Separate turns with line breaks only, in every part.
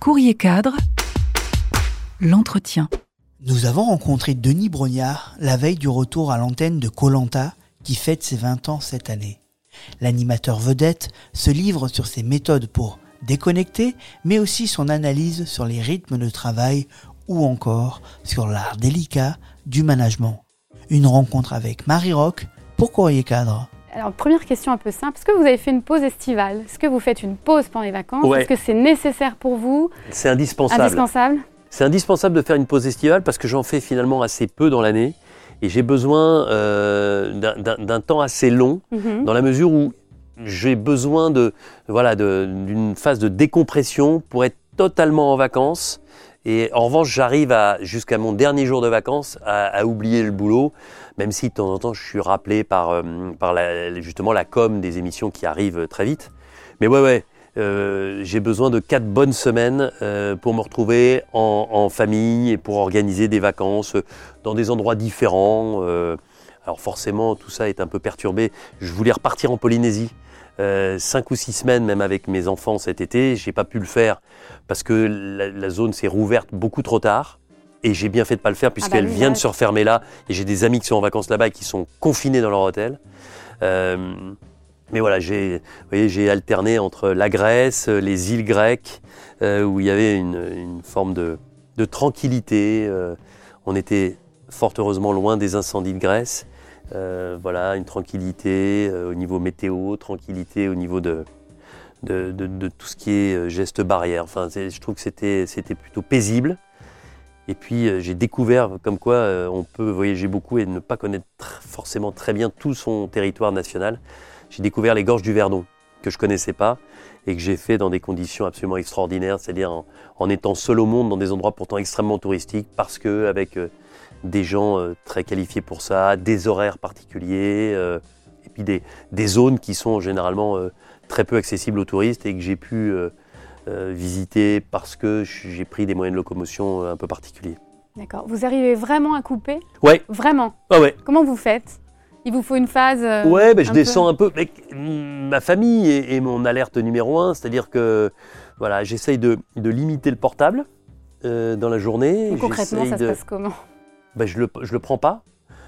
Courrier cadre, l'entretien.
Nous avons rencontré Denis Brognard la veille du retour à l'antenne de Koh-Lanta qui fête ses 20 ans cette année. L'animateur vedette se livre sur ses méthodes pour déconnecter, mais aussi son analyse sur les rythmes de travail ou encore sur l'art délicat du management. Une rencontre avec Marie Roque pour Courrier cadre.
Alors, première question un peu simple. Est-ce que vous avez fait une pause estivale ? Est-ce que vous faites une pause pendant les vacances ?
Ouais.
Est-ce que c'est nécessaire pour vous ?
C'est indispensable.
Indispensable ?
C'est indispensable de faire une pause estivale parce que j'en fais finalement assez peu dans l'année et j'ai besoin d'un temps assez long dans la mesure où j'ai besoin d'une phase de décompression pour être totalement en vacances. Et en revanche, j'arrive jusqu'à mon dernier jour de vacances à oublier le boulot, même si de temps en temps je suis rappelé par justement la com des émissions qui arrivent très vite. Mais j'ai besoin de 4 bonnes semaines pour me retrouver en famille et pour organiser des vacances dans des endroits différents. Alors forcément, tout ça est un peu perturbé. Je voulais repartir en Polynésie. 5 ou 6 semaines même avec mes enfants cet été, j'ai pas pu le faire parce que la zone s'est rouverte beaucoup trop tard et j'ai bien fait de pas le faire puisqu'elle vient de se refermer là et j'ai des amis qui sont en vacances là-bas et qui sont confinés dans leur hôtel. Mais voilà, j'ai alterné entre la Grèce, les îles grecques où il y avait une forme de tranquillité. On était fort heureusement loin des incendies de Grèce. Une tranquillité au niveau météo, tranquillité au niveau de tout ce qui est gestes barrières. Enfin, je trouve que c'était plutôt paisible. Et puis j'ai découvert comme quoi on peut voyager beaucoup et ne pas connaître forcément très bien tout son territoire national. J'ai découvert les gorges du Verdon que je connaissais pas et que j'ai fait dans des conditions absolument extraordinaires, c'est-à-dire en étant seul au monde dans des endroits pourtant extrêmement touristiques parce que avec des gens très qualifiés pour ça, des horaires particuliers, et puis des zones qui sont généralement très peu accessibles aux touristes et que j'ai pu visiter parce que j'ai pris des moyens de locomotion un peu particuliers.
D'accord. Vous arrivez vraiment à couper ?
Ouais.
Vraiment ?
Ah ouais.
Comment vous faites ? Il vous faut une phase
je descends un peu. Mais, ma famille est mon alerte numéro 1, c'est-à-dire que voilà, j'essaye de limiter le portable dans la journée.
Donc, concrètement, ça se passe comment ?
Je le prends pas.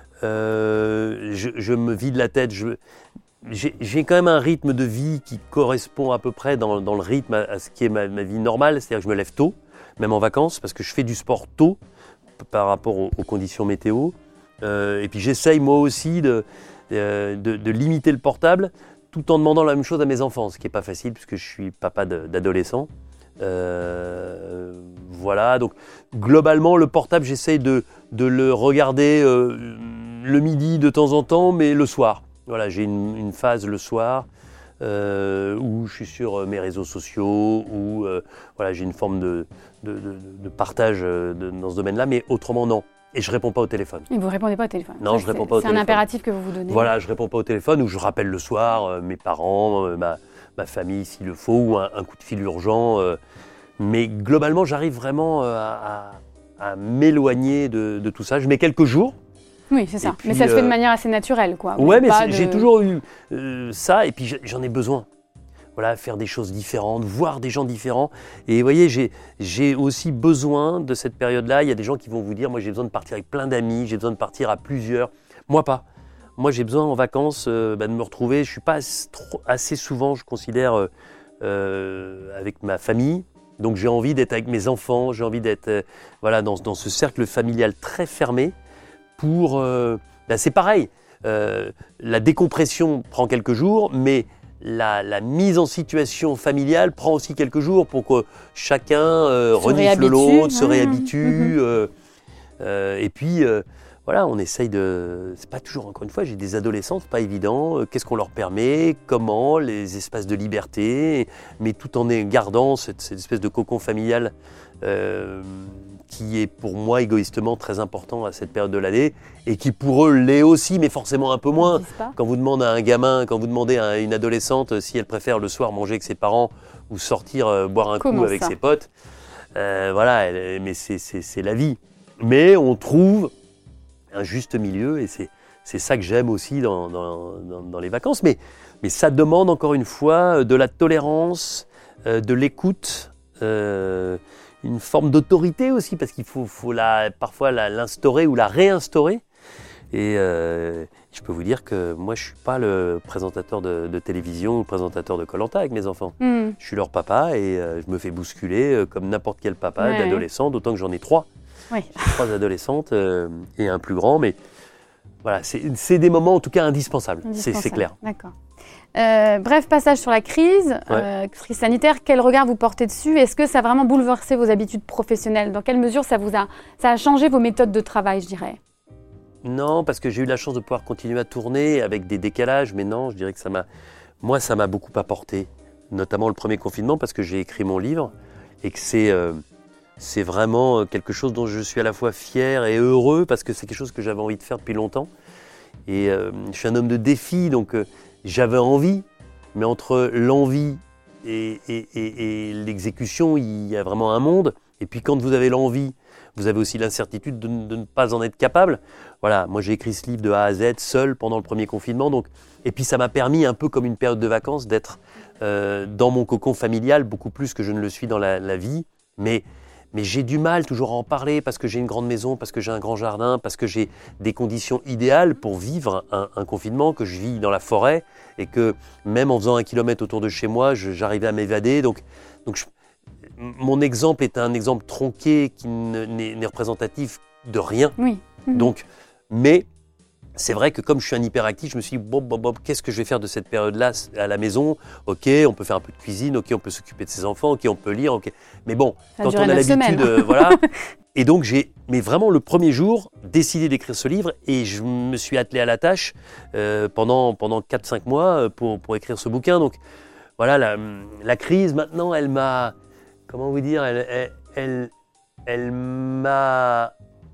Je me vide la tête. J'ai quand même un rythme de vie qui correspond à peu près dans le rythme à ce qui est ma vie normale. C'est-à-dire que je me lève tôt, même en vacances, parce que je fais du sport tôt par rapport aux conditions météo. Et puis j'essaye moi aussi de limiter le portable tout en demandant la même chose à mes enfants, ce qui n'est pas facile puisque je suis papa d'adolescents. Donc globalement le portable j'essaye de le regarder le midi de temps en temps, mais le soir. Voilà, j'ai une phase le soir où je suis sur mes réseaux sociaux, où j'ai une forme de partage dans ce domaine-là, mais autrement non. Et je ne réponds pas au téléphone. Et vous ne répondez pas au téléphone ? Non, je ne réponds pas au téléphone.
C'est un impératif que vous vous donnez ?
Voilà, je ne réponds pas au téléphone ou je rappelle le soir mes parents, ma famille s'il le faut, ou un coup de fil urgent. Mais globalement, j'arrive vraiment à m'éloigner de tout ça. Je mets quelques jours.
Oui, c'est ça. Puis, mais ça se fait de manière assez naturelle, quoi.
Ouais, mais j'ai toujours eu ça et puis j'en ai besoin. Voilà, faire des choses différentes, voir des gens différents. Et vous voyez, j'ai aussi besoin de cette période-là. Il y a des gens qui vont vous dire, moi j'ai besoin de partir avec plein d'amis, j'ai besoin de partir à plusieurs. Moi pas. Moi j'ai besoin en vacances de me retrouver. Je ne suis pas assez souvent, je considère, avec ma famille. Donc j'ai envie d'être avec mes enfants, j'ai envie d'être dans ce cercle familial très fermé. C'est pareil, la décompression prend quelques jours, mais la mise en situation familiale prend aussi quelques jours pour que chacun renifle l'autre, se réhabitue. Et puis, on essaye de... C'est pas toujours, encore une fois, j'ai des adolescents, c'est pas évident. Qu'est-ce qu'on leur permet ? Comment ? Les espaces de liberté, mais tout en gardant cette espèce de cocon familial qui est pour moi égoïstement très important à cette période de l'année et qui pour eux l'est aussi, mais forcément un peu moins. Quand vous demandez à un gamin, quand vous demandez à une adolescente si elle préfère le soir manger avec ses parents ou sortir boire un coup avec ses potes, mais c'est la vie. Mais on trouve un juste milieu et c'est ça que j'aime aussi dans les vacances. Mais ça demande encore une fois de la tolérance, de l'écoute, une forme d'autorité aussi, parce qu'il faut parfois l'instaurer ou la réinstaurer. Et je peux vous dire que moi, je ne suis pas le présentateur de télévision ou le présentateur de Koh-Lanta avec mes enfants. Je suis leur papa et je me fais bousculer comme n'importe quel papa d'adolescent, d'autant que j'en ai 3. Oui. 3 adolescentes et un plus grand, mais voilà, c'est des moments en tout cas indispensables. C'est clair.
D'accord. Bref passage sur la crise sanitaire. Quel regard vous portez dessus? Est-ce que ça a vraiment bouleversé vos habitudes professionnelles? Dans quelle mesure ça a changé vos méthodes de travail, je dirais?
Non, parce que j'ai eu la chance de pouvoir continuer à tourner avec des décalages, mais non, je dirais que ça m'a beaucoup apporté, notamment le premier confinement, parce que j'ai écrit mon livre et que c'est vraiment quelque chose dont je suis à la fois fier et heureux, parce que c'est quelque chose que j'avais envie de faire depuis longtemps. Et je suis un homme de défi, donc j'avais envie, mais entre l'envie et l'exécution, il y a vraiment un monde. Et puis quand vous avez l'envie, vous avez aussi l'incertitude de ne pas en être capable. Voilà, moi j'ai écrit ce livre de A à Z seul pendant le premier confinement. Donc, et puis ça m'a permis, un peu comme une période de vacances, d'être dans mon cocon familial, beaucoup plus que je ne le suis dans la vie. Mais j'ai du mal toujours à en parler parce que j'ai une grande maison, parce que j'ai un grand jardin, parce que j'ai des conditions idéales pour vivre un confinement, que je vis dans la forêt et que même en faisant 1 kilomètre autour de chez moi, j'arrivais à m'évader. Donc mon exemple est un exemple tronqué qui n'est représentatif de rien.
Oui.
Donc, mais c'est vrai que comme je suis un hyperactif, je me suis dit, qu'est-ce que je vais faire de cette période-là à la maison? Ok, on peut faire un peu de cuisine, ok, on peut s'occuper de ses enfants, ok, on peut lire, ok. Mais bon, quand on a l'habitude, voilà. Et donc mais vraiment le premier jour, décidé d'écrire ce livre et je me suis attelé à la tâche pendant 4-5 mois pour écrire ce bouquin. Donc voilà, la crise maintenant, elle m'a, comment vous dire, elle m'a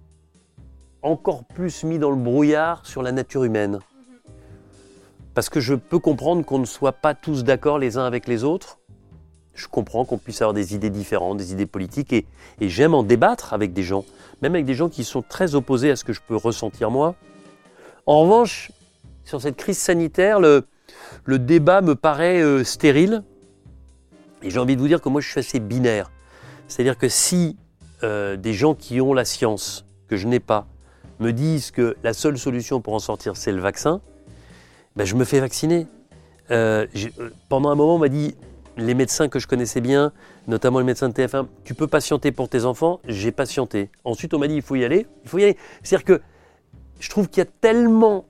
encore plus mis dans le brouillard sur la nature humaine. Parce que je peux comprendre qu'on ne soit pas tous d'accord les uns avec les autres. Je comprends qu'on puisse avoir des idées différentes, des idées politiques, et j'aime en débattre avec des gens, même avec des gens qui sont très opposés à ce que je peux ressentir moi. En revanche, sur cette crise sanitaire, le débat me paraît stérile, et j'ai envie de vous dire que moi je suis assez binaire. C'est-à-dire que si des gens qui ont la science, que je n'ai pas, me disent que la seule solution pour en sortir, c'est le vaccin, ben je me fais vacciner. Pendant un moment, on m'a dit, les médecins que je connaissais bien, notamment le médecin de TF1, tu peux patienter pour tes enfants, j'ai patienté. Ensuite, on m'a dit, il faut y aller. C'est-à-dire que je trouve qu'il y a tellement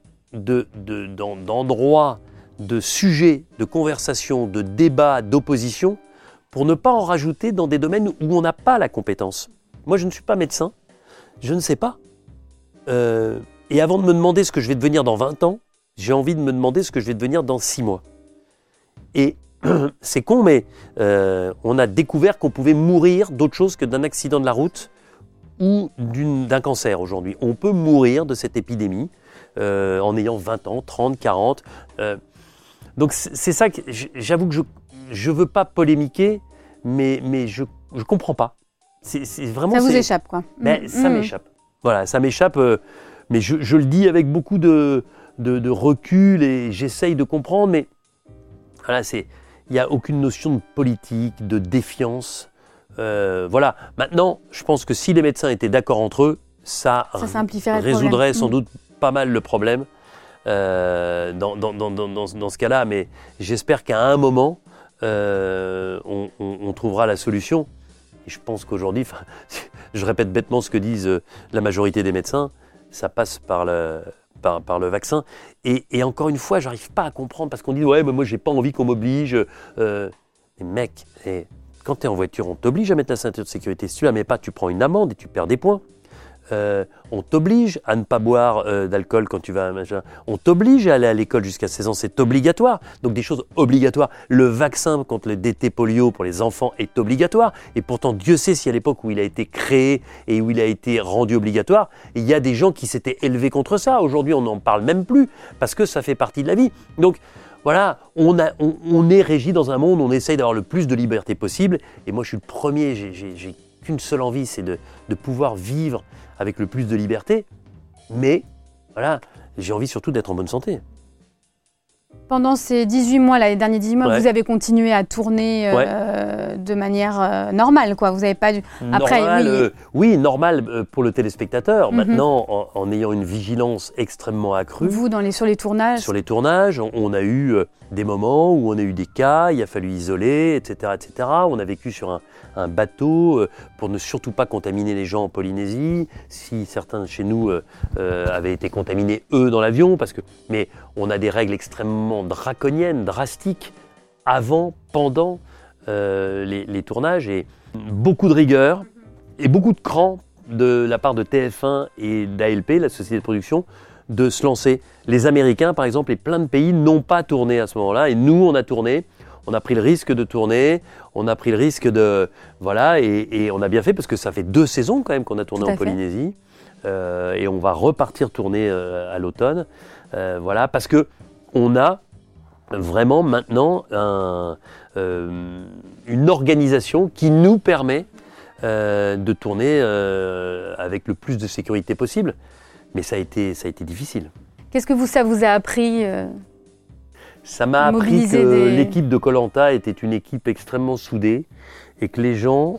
d'endroits, de sujets, de conversations, de débats, d'opposition, pour ne pas en rajouter dans des domaines où on n'a pas la compétence. Moi, je ne suis pas médecin, je ne sais pas. Et avant de me demander ce que je vais devenir dans 20 ans, j'ai envie de me demander ce que je vais devenir dans 6 mois. Et c'est con, mais on a découvert qu'on pouvait mourir d'autre chose que d'un accident de la route ou d'un cancer aujourd'hui. On peut mourir de cette épidémie en ayant 20 ans, 30, 40. Donc c'est ça que j'avoue que je veux pas polémiquer, mais je comprends pas. C'est vraiment,
ça vous échappe, quoi.
Ben, ça m'échappe. Voilà, ça m'échappe, mais je le dis avec beaucoup de recul et j'essaye de comprendre, mais voilà, il n'y a aucune notion de politique, de défiance. Voilà, maintenant, je pense que si les médecins étaient d'accord entre eux, ça résoudrait sans doute pas mal le problème dans ce cas-là, mais j'espère qu'à un moment, on trouvera la solution. Et je pense qu'aujourd'hui, je répète bêtement ce que disent la majorité des médecins, ça passe par le vaccin. Et encore une fois, je n'arrive pas à comprendre parce qu'on dit « ouais, mais moi, j'ai pas envie qu'on m'oblige. » Mais mec, quand tu es en voiture, on t'oblige à mettre la ceinture de sécurité. Si tu la mets pas, tu prends une amende et tu perds des points. On t'oblige à ne pas boire d'alcool quand tu vas à machin. On t'oblige à aller à l'école jusqu'à 16 ans, c'est obligatoire. Donc des choses obligatoires. Le vaccin contre le DT polio pour les enfants est obligatoire. Et pourtant, Dieu sait si à l'époque où il a été créé et où il a été rendu obligatoire, il y a des gens qui s'étaient élevés contre ça. Aujourd'hui, on n'en parle même plus parce que ça fait partie de la vie. Donc voilà, on est régi dans un monde où on essaye d'avoir le plus de liberté possible. Et moi, je suis le premier, j'ai qu'une seule envie, c'est de pouvoir vivre avec le plus de liberté, mais voilà, j'ai envie surtout d'être en bonne santé.
Pendant ces 18 mois, les derniers 18 mois,
Ouais.
vous avez continué à tourner de manière normale, quoi. Vous n'avez pas dû... Après,
Normal, oui, normal pour le téléspectateur.
Mhm.
Maintenant, en ayant une vigilance extrêmement accrue.
vous, sur les tournages.
Sur les tournages, on a eu des moments où on a eu des cas, il a fallu isoler, etc. etc. On a vécu sur un bateau pour ne surtout pas contaminer les gens en Polynésie. Si certains de chez nous avaient été contaminés, eux, dans l'avion, mais on a des règles extrêmement draconiennes, drastiques, avant, pendant les tournages, et beaucoup de rigueur et beaucoup de cran de la part de TF1 et d'ALP, la société de production, de se lancer. Les Américains, par exemple, et plein de pays n'ont pas tourné à ce moment-là, et nous, on a tourné. On a pris le risque de tourner, on a pris le risque de... Voilà, et on a bien fait, parce que ça fait 2 saisons quand même qu'on a tourné en Polynésie, et on va repartir tourner à l'automne. Voilà, parce qu'on a vraiment maintenant une organisation qui nous permet de tourner avec le plus de sécurité possible. Mais ça a été difficile.
Qu'est-ce que ça vous a appris
Ça m'a appris que l'équipe de Koh-Lanta était une équipe extrêmement soudée, et que les gens,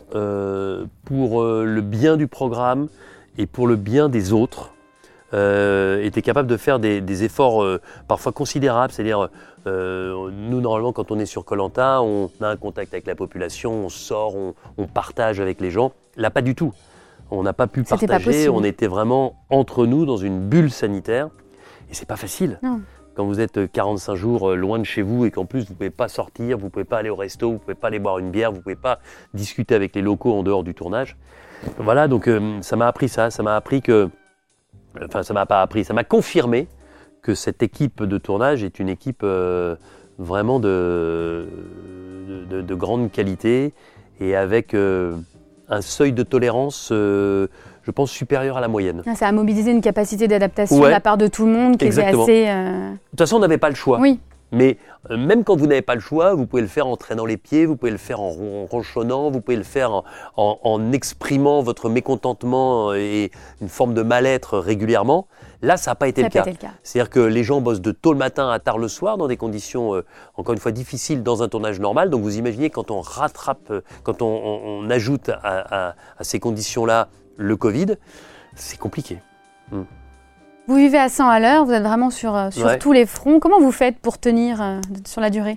pour le bien du programme et pour le bien des autres, étaient capables de faire des efforts parfois considérables. C'est-à-dire, nous, normalement, quand on est sur Koh-Lanta, on a un contact avec la population, on sort, on partage avec les gens. Là, pas du tout. On n'a pas pu partager, on était vraiment entre nous dans une bulle sanitaire. Et c'est pas facile.
Non.
Quand vous êtes 45 jours loin de chez vous, et qu'en plus vous ne pouvez pas sortir, vous ne pouvez pas aller au resto, vous ne pouvez pas aller boire une bière, vous ne pouvez pas discuter avec les locaux en dehors du tournage. Voilà, donc ça m'a appris ça. Ça m'a appris que... Enfin, ça m'a pas appris, ça m'a confirmé que cette équipe de tournage est une équipe vraiment de grande qualité, et avec un seuil de tolérance, je pense, supérieur à la moyenne.
Ça a mobilisé une capacité d'adaptation de la part de tout le monde qui était assez...
De toute façon, on n'avait pas le choix.
Oui.
Mais même quand vous n'avez pas le choix, vous pouvez le faire en traînant les pieds, vous pouvez le faire en ronchonnant, vous pouvez le faire en exprimant votre mécontentement et une forme de mal-être régulièrement. Là, ça n'a pas été le cas. C'est-à-dire que les gens bossent de tôt le matin à tard le soir dans des conditions, encore une fois, difficiles dans un tournage normal. Donc vous imaginez, quand on rattrape, quand on ajoute à ces conditions-là le Covid, c'est compliqué.
Vous vivez à 100 à l'heure, vous êtes vraiment sur tous les fronts. Comment vous faites pour tenir sur la durée ?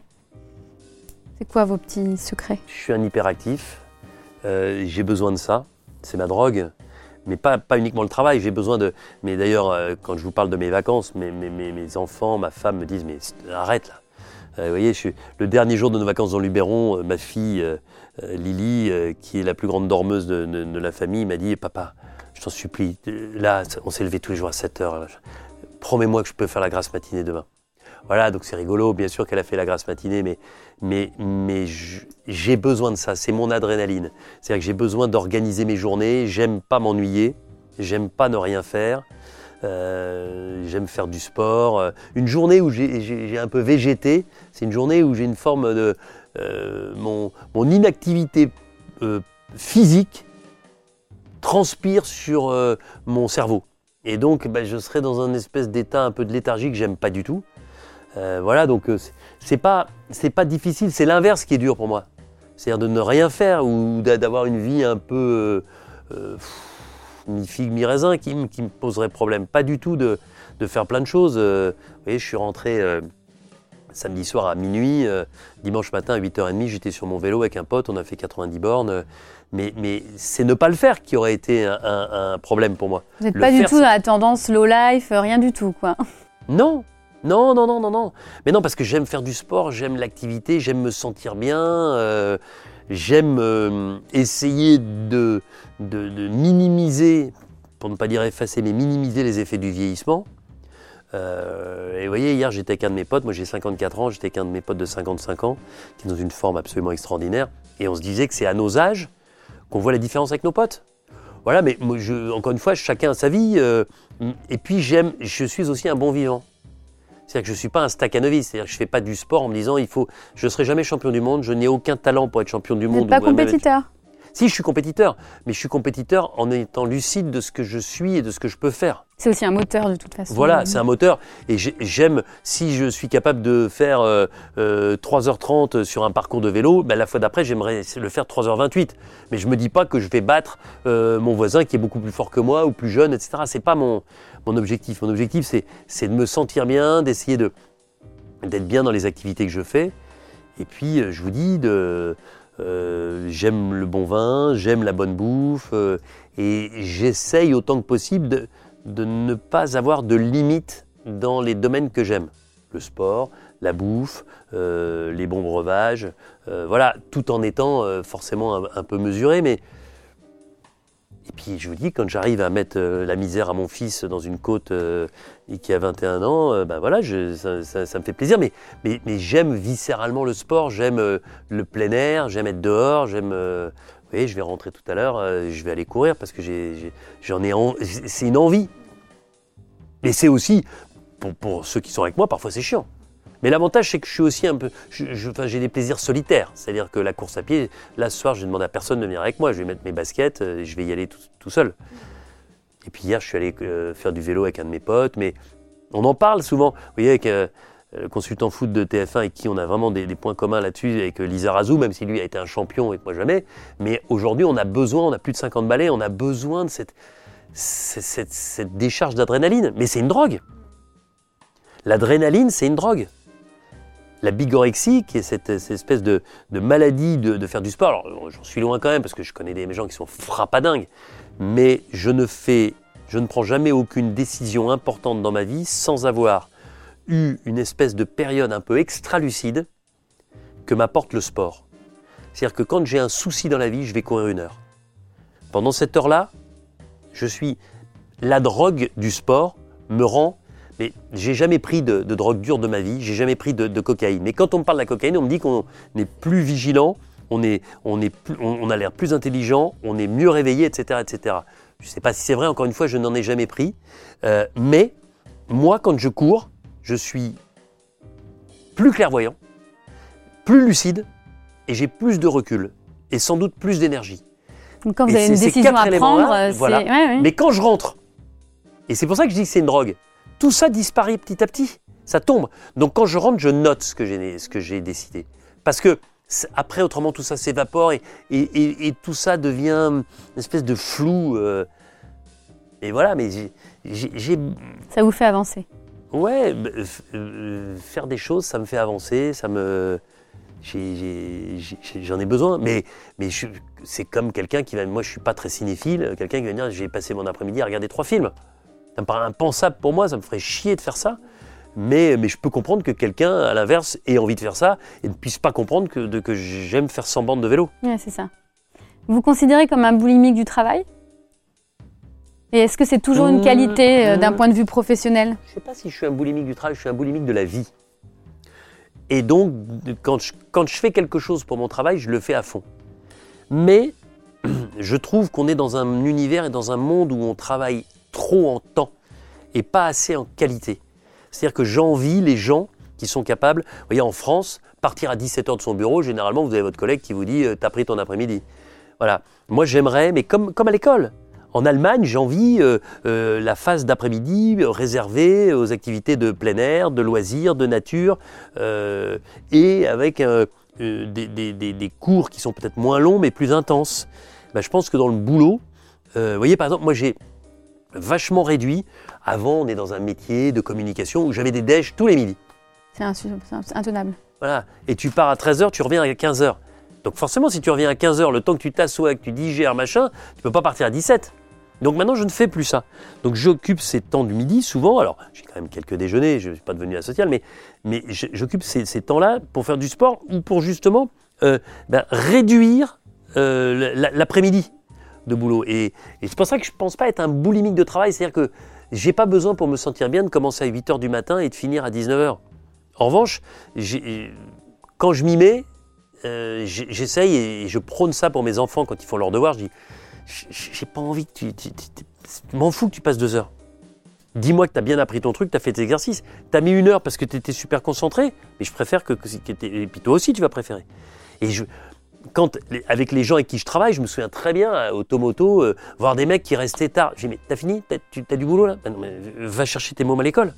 C'est quoi vos petits secrets ?
Je suis un hyperactif, j'ai besoin de ça, c'est ma drogue, mais pas uniquement le travail, j'ai besoin de... Mais d'ailleurs, quand je vous parle de mes vacances, mes enfants, ma femme me disent « mais arrête là ». Vous voyez, le dernier jour de nos vacances dans Luberon, ma fille Lily, qui est la plus grande dormeuse de la famille, m'a dit « Papa, je t'en supplie, là, on s'est levé tous les jours à 7 heures. Là. Promets-moi que je peux faire la grasse matinée demain. » Voilà, donc c'est rigolo, bien sûr qu'elle a fait la grasse matinée, mais j'ai besoin de ça, c'est mon adrénaline. C'est-à-dire que j'ai besoin d'organiser mes journées, j'aime pas m'ennuyer, j'aime pas ne rien faire, j'aime faire du sport. Une journée où j'ai un peu végété, c'est une journée où j'ai une forme de... mon inactivité physique transpire sur mon cerveau. Et donc, je serai dans un espèce d'état un peu de léthargie que j'aime pas du tout. Voilà, donc c'est pas difficile, c'est l'inverse qui est dur pour moi. C'est-à-dire de ne rien faire ou d'avoir une vie un peu mi-figue, mi-raisin qui me poserait problème. Pas du tout de faire plein de choses. Vous voyez, je suis rentré samedi soir à minuit, dimanche matin à 8h30, j'étais sur mon vélo avec un pote, on a fait 90 bornes. Mais c'est ne pas le faire qui aurait été un problème pour moi.
Vous n'êtes pas du tout dans la tendance low life, rien du tout, quoi.
Non. Mais non, parce que j'aime faire du sport, j'aime l'activité, j'aime me sentir bien, j'aime essayer de minimiser, pour ne pas dire effacer, mais minimiser les effets du vieillissement. Et vous voyez, hier j'étais avec un de mes potes, moi j'ai 54 ans, j'étais avec un de mes potes de 55 ans, qui est dans une forme absolument extraordinaire, et on se disait que c'est à nos âges qu'on voit la différence avec nos potes. Voilà, mais moi, encore une fois, chacun a sa vie, et puis je suis aussi un bon vivant. C'est-à-dire que je ne suis pas un stakhanoviste, c'est-à-dire que je ne fais pas du sport en me disant je ne serai jamais champion du monde, je n'ai aucun talent pour être champion du monde.
Vous n'êtes pas compétiteur ?
Si, je suis compétiteur, mais je suis compétiteur en étant lucide de ce que je suis et de ce que je peux faire.
C'est aussi un moteur de toute façon.
Voilà, c'est un moteur. Et j'aime, si je suis capable de faire 3h30 sur un parcours de vélo, la fois d'après, j'aimerais le faire 3h28. Mais je ne me dis pas que je vais battre mon voisin qui est beaucoup plus fort que moi ou plus jeune, etc. Ce n'est pas mon objectif. Mon objectif, c'est de me sentir bien, d'essayer d'être bien dans les activités que je fais. Et puis, je vous dis, j'aime le bon vin, j'aime la bonne bouffe. Et j'essaye autant que possible de ne pas avoir de limites dans les domaines que j'aime. Le sport, la bouffe, les bons breuvages, voilà, tout en étant forcément un peu mesuré. Mais... Et puis je vous dis, quand j'arrive à mettre la misère à mon fils dans une côte qui a 21 ans, voilà, ça me fait plaisir. Mais j'aime viscéralement le sport, j'aime le plein air, j'aime être dehors, j'aime... Vous voyez, je vais rentrer tout à l'heure, je vais aller courir parce que c'est une envie. Et c'est aussi, pour ceux qui sont avec moi, parfois c'est chiant. Mais l'avantage, c'est que je suis aussi un peu... j'ai des plaisirs solitaires. C'est-à-dire que la course à pied, là, ce soir, je ne demande à personne de venir avec moi. Je vais mettre mes baskets, je vais y aller tout seul. Et puis hier, je suis allé faire du vélo avec un de mes potes. Mais on en parle souvent. Vous voyez, avec... le consultant foot de TF1 avec qui on a vraiment des points communs là-dessus, avec Lizarazu, même si lui a été un champion et que moi jamais. Mais aujourd'hui, on a plus de 50 balais, on a besoin de cette décharge d'adrénaline. Mais c'est une drogue. L'adrénaline, c'est une drogue. La bigorexie, qui est cette espèce de maladie de faire du sport, alors j'en suis loin quand même parce que je connais des gens qui sont frappadingues, mais je ne prends jamais aucune décision importante dans ma vie sans avoir eu une espèce de période un peu extra-lucide que m'apporte le sport. C'est-à-dire que quand j'ai un souci dans la vie, je vais courir 1 heure. Pendant cette heure-là, la drogue du sport me rend... Mais j'ai jamais pris de drogue dure de ma vie, j'ai jamais pris de cocaïne. Mais quand on me parle de la cocaïne, on me dit qu'on est plus vigilant, on a l'air plus intelligent, on est mieux réveillé, etc., etc. Je ne sais pas si c'est vrai, encore une fois, je n'en ai jamais pris. Mais moi, quand je cours, je suis plus clairvoyant, plus lucide et j'ai plus de recul et sans doute plus d'énergie.
Donc quand vous avez une décision à prendre,
voilà. Ouais. Mais quand je rentre, et c'est pour ça que je dis que c'est une drogue, tout ça disparaît petit à petit, ça tombe. Donc quand je rentre, je note ce que j'ai décidé. Parce que après, autrement, tout ça s'évapore et tout ça devient une espèce de flou. Et voilà, mais
ça vous fait avancer.
Ouais, faire des choses, ça me fait avancer, j'en ai besoin. Mais c'est comme quelqu'un qui va... Moi, je ne suis pas très cinéphile, quelqu'un qui va dire, j'ai passé mon après-midi à regarder 3 films. Ça me paraît impensable pour moi, ça me ferait chier de faire ça. Mais je peux comprendre que quelqu'un, à l'inverse, ait envie de faire ça et ne puisse pas comprendre que j'aime faire 100 bandes de vélo.
Ouais, c'est ça. Vous vous considérez comme un boulimique du travail ? Et est-ce que c'est toujours une qualité d'un point de vue professionnel ?
Je ne sais pas si je suis un boulimique du travail, je suis un boulimique de la vie. Et donc, quand je fais quelque chose pour mon travail, je le fais à fond. Mais je trouve qu'on est dans un univers et dans un monde où on travaille trop en temps et pas assez en qualité. C'est-à-dire que j'envie les gens qui sont capables, vous voyez, en France, partir à 17h de son bureau, généralement, vous avez votre collègue qui vous dit « t'as pris ton après-midi ». Voilà. Moi, j'aimerais, mais comme à l'école. En Allemagne, j'envie la phase d'après-midi réservée aux activités de plein air, de loisirs, de nature, et avec des cours qui sont peut-être moins longs, mais plus intenses. Je pense que dans le boulot, vous voyez, par exemple, moi, j'ai vachement réduit. Avant, on est dans un métier de communication où j'avais des déj tous les midis.
C'est intenable.
Voilà. Et tu pars à 13h, tu reviens à 15h. Donc forcément, si tu reviens à 15h, le temps que tu t'assois, que tu digères, machin, tu ne peux pas partir à 17. Donc maintenant, je ne fais plus ça. Donc j'occupe ces temps du midi, souvent. Alors, j'ai quand même quelques déjeuners, je ne suis pas devenu asocial, mais j'occupe ces temps-là pour faire du sport ou pour justement réduire l'après-midi de boulot. Et c'est pour ça que je ne pense pas être un boulimique de travail. C'est-à-dire que je n'ai pas besoin pour me sentir bien de commencer à 8h du matin et de finir à 19h. En revanche, quand je m'y mets, j'essaye et je prône ça pour mes enfants quand ils font leurs devoirs. Je dis, j'ai pas envie que je m'en fous que tu passes 2 heures. Dis-moi que tu as bien appris ton truc, tu as fait tes exercices. Tu as mis 1 heure parce que tu étais super concentré, mais je préfère et puis toi aussi tu vas préférer. Et avec les gens avec qui je travaille, je me souviens très bien, au Tomoto, voir des mecs qui restaient tard. J'ai dit, mais t'as fini? T'as du boulot là? Ben non, mais va chercher tes mômes à l'école.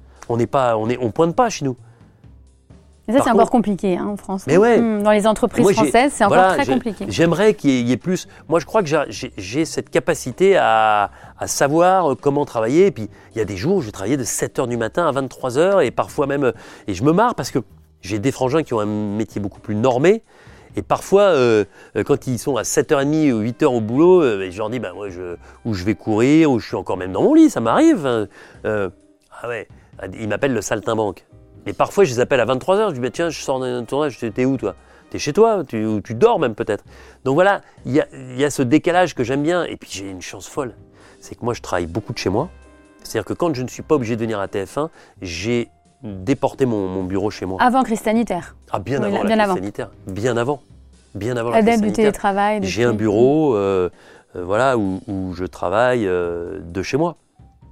On pointe pas chez nous.
Et ça, c'est encore compliqué en France.
Mais ouais.
Dans les entreprises françaises, c'est encore très compliqué.
J'aimerais qu'il y ait plus. Moi, je crois que j'ai cette capacité à savoir comment travailler. Et puis, il y a des jours où je vais travailler de 7h du matin à 23h et parfois même. Et je me marre parce que j'ai des frangins qui ont un métier beaucoup plus normé. Et parfois, quand ils sont à 7h30 ou 8h au boulot, je leur dis, moi, ou je vais courir, ou je suis encore même dans mon lit, ça m'arrive. Ah ouais, ils m'appellent le saltimbanque. Et parfois, je les appelle à 23h, je dis, tiens, je sors d'un tournage, t'es où toi? T'es chez toi, ou tu dors même peut-être. Donc voilà, il y a ce décalage que j'aime bien. Et puis j'ai une chance folle, c'est que moi, je travaille beaucoup de chez moi. C'est-à-dire que quand je ne suis pas obligé de venir à TF1, j'ai déporté mon bureau chez moi.
Avant crise sanitaire.
Ah, bien avant la crise sanitaire. Bien avant. Bien avant la crise
Adepte
sanitaire.
du télétravail.
J'ai un bureau voilà, où je travaille de chez moi.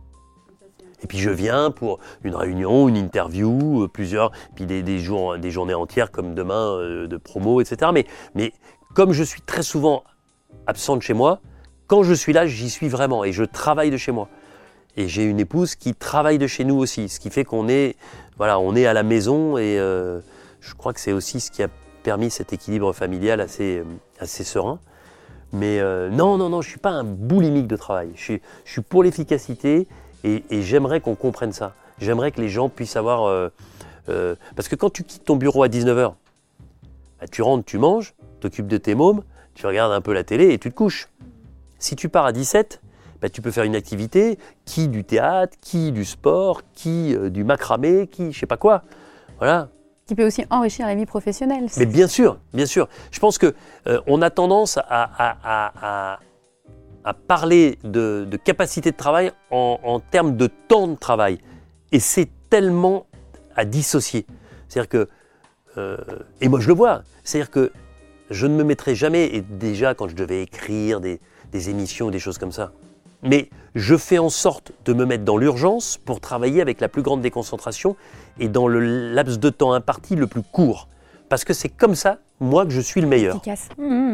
Et puis je viens pour une réunion, une interview, plusieurs, puis des journées entières comme demain de promo, etc. Mais comme je suis très souvent absent de chez moi, quand je suis là, j'y suis vraiment et je travaille de chez moi. Et j'ai une épouse qui travaille de chez nous aussi, ce qui fait qu'on est à la maison et je crois que c'est aussi ce qui a permis cet équilibre familial assez serein. Mais non, je ne suis pas un boulimique de travail. Je suis pour l'efficacité. Et j'aimerais qu'on comprenne ça. J'aimerais que les gens puissent avoir... parce que quand tu quittes ton bureau à 19h, tu rentres, tu manges, t'occupes de tes mômes, tu regardes un peu la télé et tu te couches. Si tu pars à 17, tu peux faire une activité, qui du théâtre, qui du sport, qui du macramé, qui je sais pas quoi. Voilà.
Qui peut aussi enrichir la vie professionnelle.
Mais bien sûr, bien sûr. Je pense qu'on a tendance à parler de capacité de travail en termes de temps de travail. Et c'est tellement à dissocier. C'est-à-dire que, et moi je le vois, c'est-à-dire que je ne me mettrai jamais, et déjà quand je devais écrire des émissions ou des choses comme ça, mais je fais en sorte de me mettre dans l'urgence pour travailler avec la plus grande déconcentration et dans le laps de temps imparti le plus court. Parce que c'est comme ça, moi, que je suis le meilleur.
Efficace.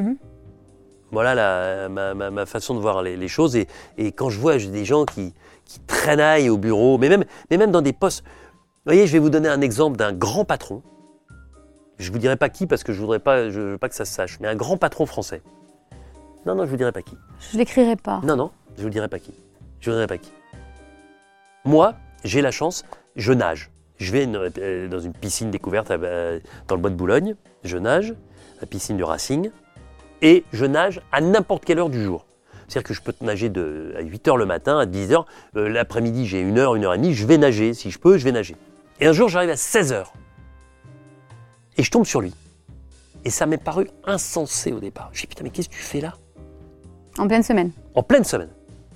Voilà ma façon de voir les choses. Et quand je vois des gens qui traînaillent au bureau, mais même dans des postes... Vous voyez, je vais vous donner un exemple d'un grand patron. Je ne vous dirai pas qui parce que je ne veux pas que ça se sache. Mais un grand patron français. Non, je ne vous dirai pas qui.
Je ne l'écrirai pas.
Non, je ne vous dirai pas qui. Moi, j'ai la chance, je nage. Je vais dans une piscine découverte dans le bois de Boulogne. Je nage, la piscine du Racing. Et je nage à n'importe quelle heure du jour. C'est-à-dire que je peux nager à 8h le matin, à 10h. L'après-midi, j'ai 1h, 1h30. Je vais nager. Si je peux, je vais nager. Et un jour, j'arrive à 16h. Et je tombe sur lui. Et ça m'est paru insensé au départ. Je dis, putain, mais qu'est-ce que tu fais là?
En pleine semaine.
En pleine semaine.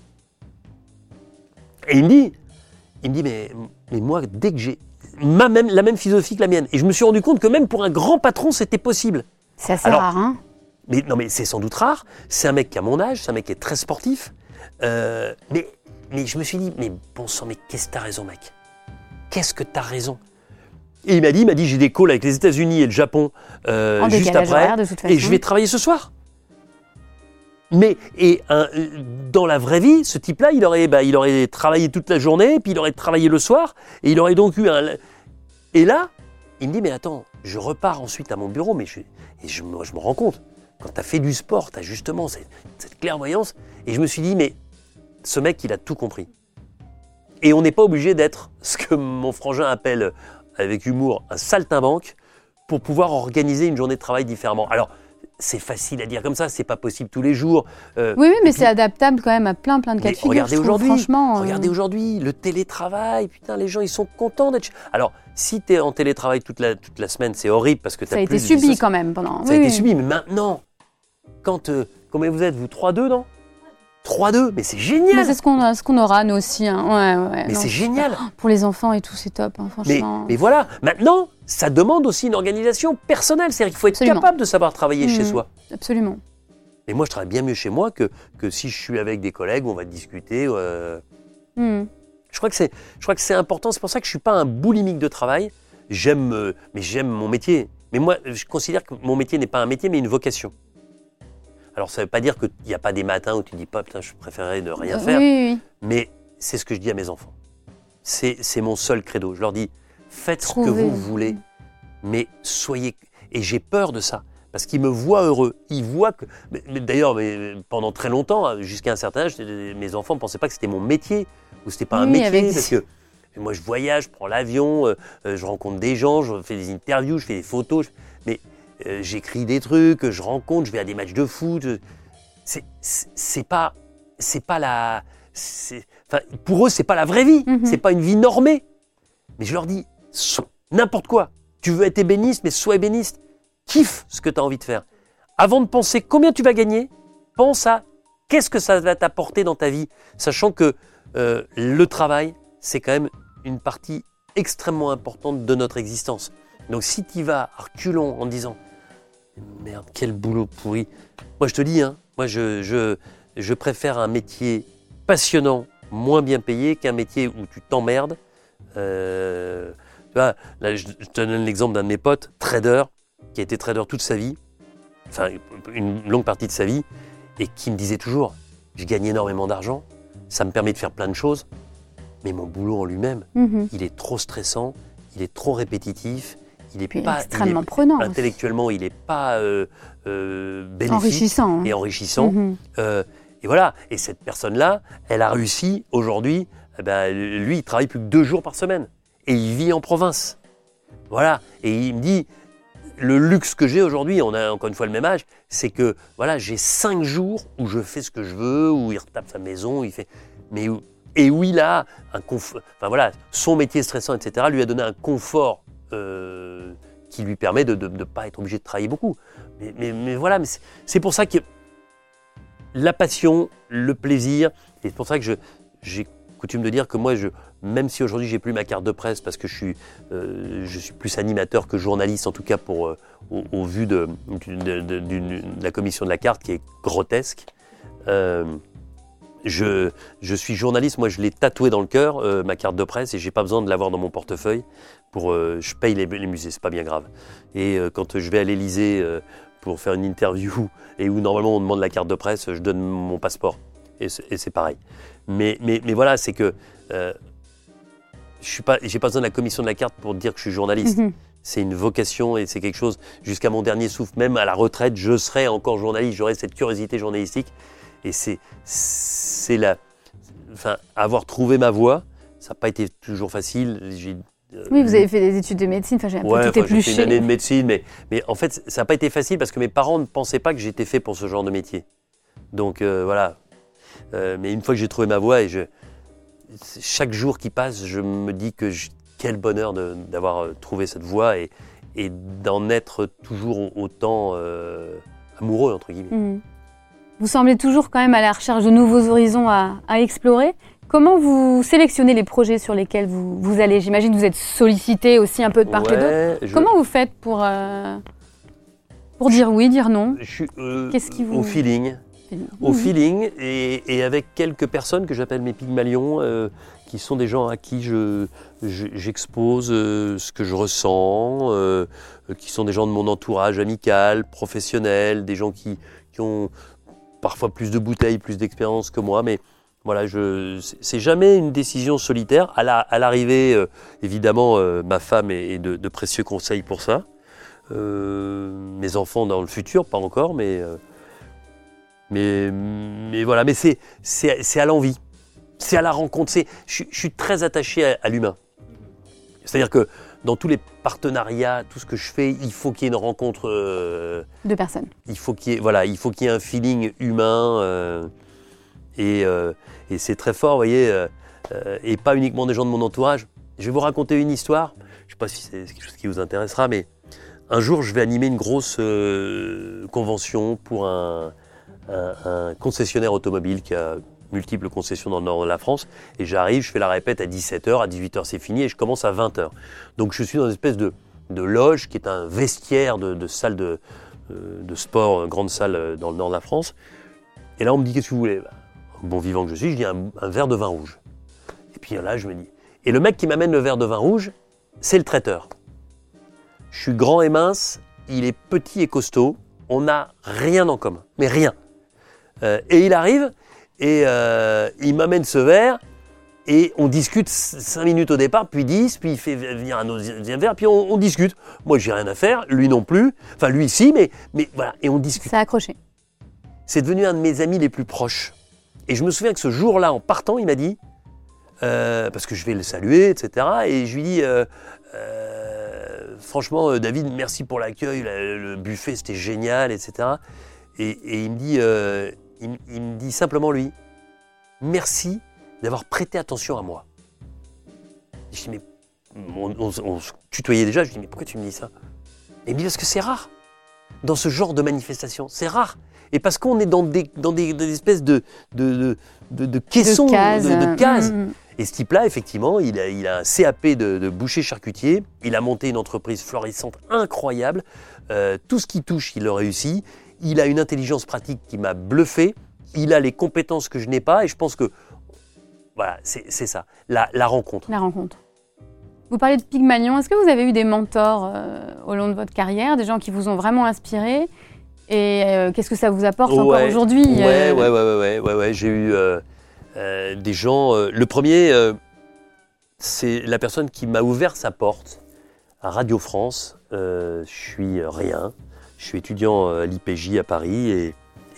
Et il me dit, mais moi, dès que j'ai la même philosophie que la mienne. Et je me suis rendu compte que même pour un grand patron, c'était possible.
C'est assez rare, hein?
Mais c'est sans doute rare. C'est un mec qui a mon âge, c'est un mec qui est très sportif. Mais je me suis dit, mais bon sang, mais qu'est-ce que t'as raison, mec? Qu'est-ce que t'as raison? Et il m'a dit, j'ai des calls avec les États-Unis et le Japon juste après,
horaire, de toute façon.
Et je vais travailler ce soir. Dans la vraie vie, ce type-là, il aurait travaillé toute la journée, puis il aurait travaillé le soir, et il aurait donc eu un... Et là, il me dit, mais attends, je repars ensuite à mon bureau, mais je me rends compte, quand tu as fait du sport, tu as justement cette clairvoyance, et je me suis dit, mais ce mec, il a tout compris. Et on n'est pas obligé d'être ce que mon frangin appelle, avec humour, un saltimbanque, pour pouvoir organiser une journée de travail différemment. Alors, c'est facile à dire comme ça, c'est pas possible tous les jours.
Oui, mais c'est adaptable quand même à plein de cas de figure.
Regardez aujourd'hui, le télétravail, putain, les gens ils sont contents d'être... Alors, si tu es en télétravail toute la semaine, c'est horrible parce que tu as plus de...
Ça a été subi quand même pendant...
Ça a été subi, mais maintenant, quand... combien vous êtes, vous? 3-2, non? 3-2, mais c'est génial!
Mais c'est ce qu'on aura, nous aussi. Hein. Ouais,
mais c'est génial!
Pour les enfants et tout, c'est top, hein, franchement.
Mais voilà, maintenant, ça demande aussi une organisation personnelle. C'est-à-dire qu'il faut être capable de savoir travailler chez soi.
Absolument.
Et moi, je travaille bien mieux chez moi que si je suis avec des collègues où on va discuter. Je crois que c'est important. C'est pour ça que je ne suis pas un boulimique de travail. Mais j'aime mon métier. Mais moi, je considère que mon métier n'est pas un métier, mais une vocation. Alors, ça ne veut pas dire qu'il n'y a pas des matins où tu dis pas, putain, je préférerais ne rien faire.
Oui.
Mais c'est ce que je dis à mes enfants. C'est mon seul credo. Je leur dis, faites ce que vous voulez, mais soyez... Et j'ai peur de ça, parce qu'ils me voient heureux. Ils voient que... D'ailleurs, pendant très longtemps, jusqu'à un certain âge, mes enfants ne pensaient pas que c'était mon métier, ou c'était pas un métier, parce que moi, je voyage, je prends l'avion, je rencontre des gens, je fais des interviews, je fais des photos, mais j'écris des trucs, je rencontre, je vais à des matchs de foot. C'est pas la... Enfin, pour eux, c'est pas la vraie vie, c'est pas une vie normée. Mais je leur dis, n'importe quoi. Tu veux être ébéniste, mais sois ébéniste. Kiffe ce que tu as envie de faire. Avant de penser combien tu vas gagner, pense à qu'est-ce que ça va t'apporter dans ta vie, sachant que le travail, c'est quand même une partie extrêmement importante de notre existence. Donc si tu y vas à reculons en disant « Merde, quel boulot pourri !» Moi, je te dis, moi, je préfère un métier passionnant, moins bien payé, qu'un métier où tu t'emmerdes. Tu vois, là, je te donne l'exemple d'un de mes potes, trader, qui a été trader toute sa vie, enfin une longue partie de sa vie, et qui me disait toujours, je gagne énormément d'argent, ça me permet de faire plein de choses, mais mon boulot en lui-même, il est trop stressant, il est trop répétitif, il est pas
extrêmement prenant.
Intellectuellement,
aussi.
il n'est pas bénéfique
enrichissant.
Et enrichissant. Et voilà. Et cette personne-là, elle a réussi aujourd'hui. Lui, il travaille plus que 2 jours par semaine. Et il vit en province. Voilà. Et il me dit, le luxe que j'ai aujourd'hui, on a encore une fois le même âge, c'est que voilà, j'ai 5 jours où je fais ce que je veux, où il retape sa maison, il fait... Et où il a un confort... Enfin voilà, son métier stressant, etc., lui a donné un confort qui lui permet de ne pas être obligé de travailler beaucoup. Mais voilà, mais c'est pour ça que la passion, le plaisir, et c'est pour ça que j'ai coutume de dire que moi, même si aujourd'hui j'ai plus ma carte de presse parce que je suis plus animateur que journaliste, en tout cas au vu de la commission de la carte qui est grotesque, je suis journaliste, moi je l'ai tatoué dans le cœur, ma carte de presse, et j'ai pas besoin de l'avoir dans mon portefeuille. Je paye les musées, c'est pas bien grave. Et quand je vais à l'Élysée pour faire une interview et où normalement on demande la carte de presse, je donne mon passeport. Et c'est pareil. Mais voilà, c'est que j'ai pas besoin de la commission de la carte pour dire que je suis journaliste. C'est une vocation et c'est quelque chose, jusqu'à mon dernier souffle, même à la retraite, je serai encore journaliste, j'aurai cette curiosité journalistique. Et avoir trouvé ma voie, ça n'a pas été toujours facile.
Oui, vous avez fait des études de médecine, j'ai un peu tout épluché.
J'ai fait une année de médecine, mais en fait, ça n'a pas été facile parce que mes parents ne pensaient pas que j'étais fait pour ce genre de métier. Donc voilà. Mais une fois que j'ai trouvé ma voie, chaque jour qui passe, je me dis que quel bonheur d'avoir trouvé cette voie et d'en être toujours autant amoureux, entre guillemets.
Vous semblez toujours quand même à la recherche de nouveaux horizons à explorer. Comment vous sélectionnez les projets sur lesquels vous allez ? J'imagine que vous êtes sollicité aussi un peu de part et d'autre. Comment vous faites pour dire oui, dire non ?
Qu'est-ce qui vous... Au feeling. Au feeling et avec quelques personnes que j'appelle mes pygmalions, qui sont des gens à qui j'expose ce que je ressens, qui sont des gens de mon entourage amical, professionnel, des gens qui ont parfois plus de bouteilles, plus d'expérience que moi, mais voilà, c'est jamais une décision solitaire. À l'arrivée, évidemment, ma femme est de précieux conseils pour ça. Mes enfants dans le futur, pas encore, mais voilà. Mais c'est à l'envie, c'est à la rencontre. Je suis très attaché à l'humain. C'est-à-dire que dans tous les partenariats, tout ce que je fais, il faut qu'il y ait une rencontre
de personnes.
Il faut qu'il y ait un feeling humain et c'est très fort, vous voyez, et pas uniquement des gens de mon entourage. Je vais vous raconter une histoire. Je ne sais pas si c'est quelque chose qui vous intéressera, mais un jour, je vais animer une grosse convention pour un concessionnaire automobile qui a multiples concessions dans le nord de la France, et j'arrive, je fais la répète à 17h, à 18h c'est fini, et je commence à 20h. Donc je suis dans une espèce de loge qui est un vestiaire de salle de sport, une grande salle dans le nord de la France. Et là on me dit, qu'est-ce que vous voulez ? Bon vivant que je suis, je dis un verre de vin rouge. Et puis là je me dis, et le mec qui m'amène le verre de vin rouge, c'est le traiteur. Je suis grand et mince, il est petit et costaud. On n'a rien en commun, mais rien. Et il arrive et il m'amène ce verre et on discute 5 minutes au départ, puis 10, puis il fait venir un deuxième verre, puis on discute. Moi, j'ai rien à faire, lui non plus. Enfin, lui, si, mais voilà, et on discute.
Ça a accroché.
C'est devenu un de mes amis les plus proches. Et je me souviens que ce jour-là, en partant, il m'a dit, parce que je vais le saluer, etc. Et je lui dis, franchement, David, merci pour l'accueil, le buffet, c'était génial, etc. Et il me dit simplement, lui, merci d'avoir prêté attention à moi. Et je dis, mais on se tutoyait déjà, je dis, mais pourquoi tu me dis ça? Et il me dit, parce que c'est rare. Dans ce genre de manifestation, c'est rare. Et parce qu'on est dans des espèces de caissons, de cases. Et ce type-là, effectivement, il a un CAP de boucher charcutier. Il a monté une entreprise florissante incroyable. Tout ce qu'il touche, il le réussit. Il a une intelligence pratique qui m'a bluffé. Il a les compétences que je n'ai pas. Et je pense que, voilà, c'est ça, la rencontre.
La rencontre. Vous parlez de Pygmalion. Est-ce que vous avez eu des mentors au long de votre carrière, des gens qui vous ont vraiment inspiré? Et qu'est-ce que ça vous apporte encore aujourd'hui?
Ouais. J'ai eu des gens. Le premier, c'est la personne qui m'a ouvert sa porte à Radio France. Je suis rien. Je suis étudiant à l'IPJ à Paris et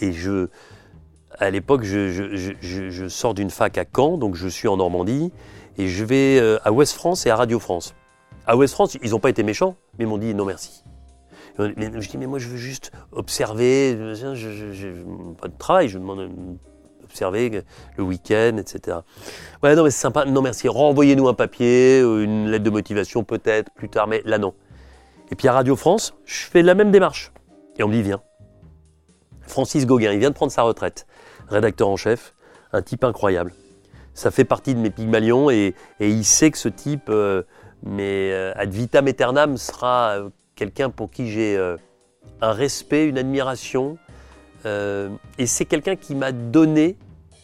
à l'époque, je sors d'une fac à Caen, donc je suis en Normandie et je vais à Ouest France et à Radio France. À Ouest France, ils n'ont pas été méchants, mais ils m'ont dit non merci. Mais je dis, mais moi je veux juste observer, pas de travail, je demande observer le week-end, etc. Ouais, non mais c'est sympa, non merci, renvoyez-nous un papier, une lettre de motivation peut-être, plus tard, mais là non. Et puis à Radio France, je fais la même démarche. Et on me dit, viens. Francis Gauguin, il vient de prendre sa retraite, rédacteur en chef, un type incroyable. Ça fait partie de mes Pygmalions et il sait que ce type, ad vitam aeternam, sera quelqu'un pour qui j'ai un respect, une admiration. Et c'est quelqu'un qui m'a donné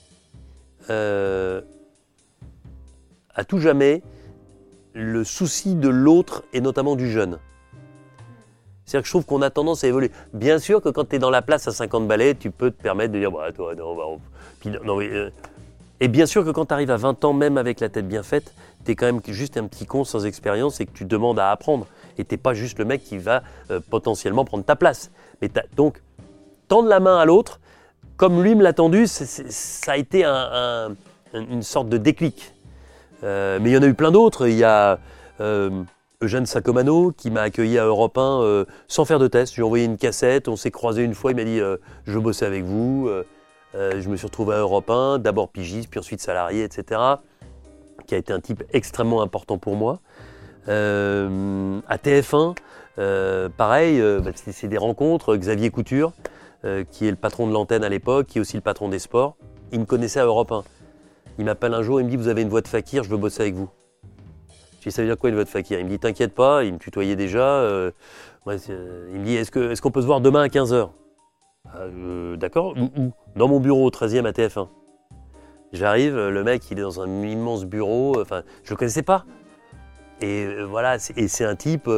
à tout jamais le souci de l'autre et notamment du jeune. C'est-à-dire que je trouve qu'on a tendance à évoluer. Bien sûr que quand tu es dans la place à 50 balais, tu peux te permettre de dire bah, toi, non, et bien sûr que quand tu arrives à 20 ans, même avec la tête bien faite, tu es quand même juste un petit con sans expérience et que tu demandes à apprendre. Et tu n'es pas juste le mec qui va potentiellement prendre ta place. Mais donc, tendre la main à l'autre, comme lui me l'a tendu, ça a été une sorte de déclic. Mais il y en a eu plein d'autres. Il y a Eugène Sacomano qui m'a accueilli à Europe 1 sans faire de test. Je lui ai envoyé une cassette, on s'est croisés une fois, il m'a dit je veux bosser avec vous. Je me suis retrouvé à Europe 1, d'abord pigiste, puis ensuite salarié, etc. Qui a été un type extrêmement important pour moi. À TF1, pareil, c'est des rencontres. Xavier Couture, qui est le patron de l'antenne à l'époque, qui est aussi le patron des sports, il me connaissait à Europe 1. Il m'appelle un jour, il me dit vous avez une voix de fakir, je veux bosser avec vous. Je dis ça veut dire quoi une voix de fakir? Il me dit t'inquiète pas, il me tutoyait déjà. Il me dit est-ce qu'on peut se voir demain à 15h? D'accord, où? Dans mon bureau au 13e à TF1. J'arrive, le mec il est dans un immense bureau, je le connaissais pas. Et voilà, c'est un type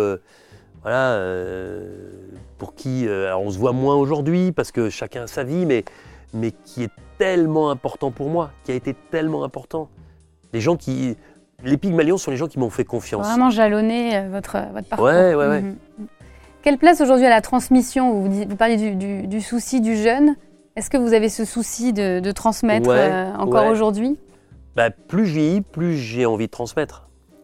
pour qui alors on se voit moins aujourd'hui parce que chacun a sa vie, mais qui est tellement important pour moi, qui a été tellement important. Les Pygmalions sont les gens qui m'ont fait confiance.
Vraiment jalonné votre parcours.
Ouais.
Quelle place aujourd'hui à la transmission? Vous parlez du souci du jeune. Est-ce que vous avez ce souci de transmettre encore aujourd'hui?
Plus je vieillis, plus j'ai envie de transmettre.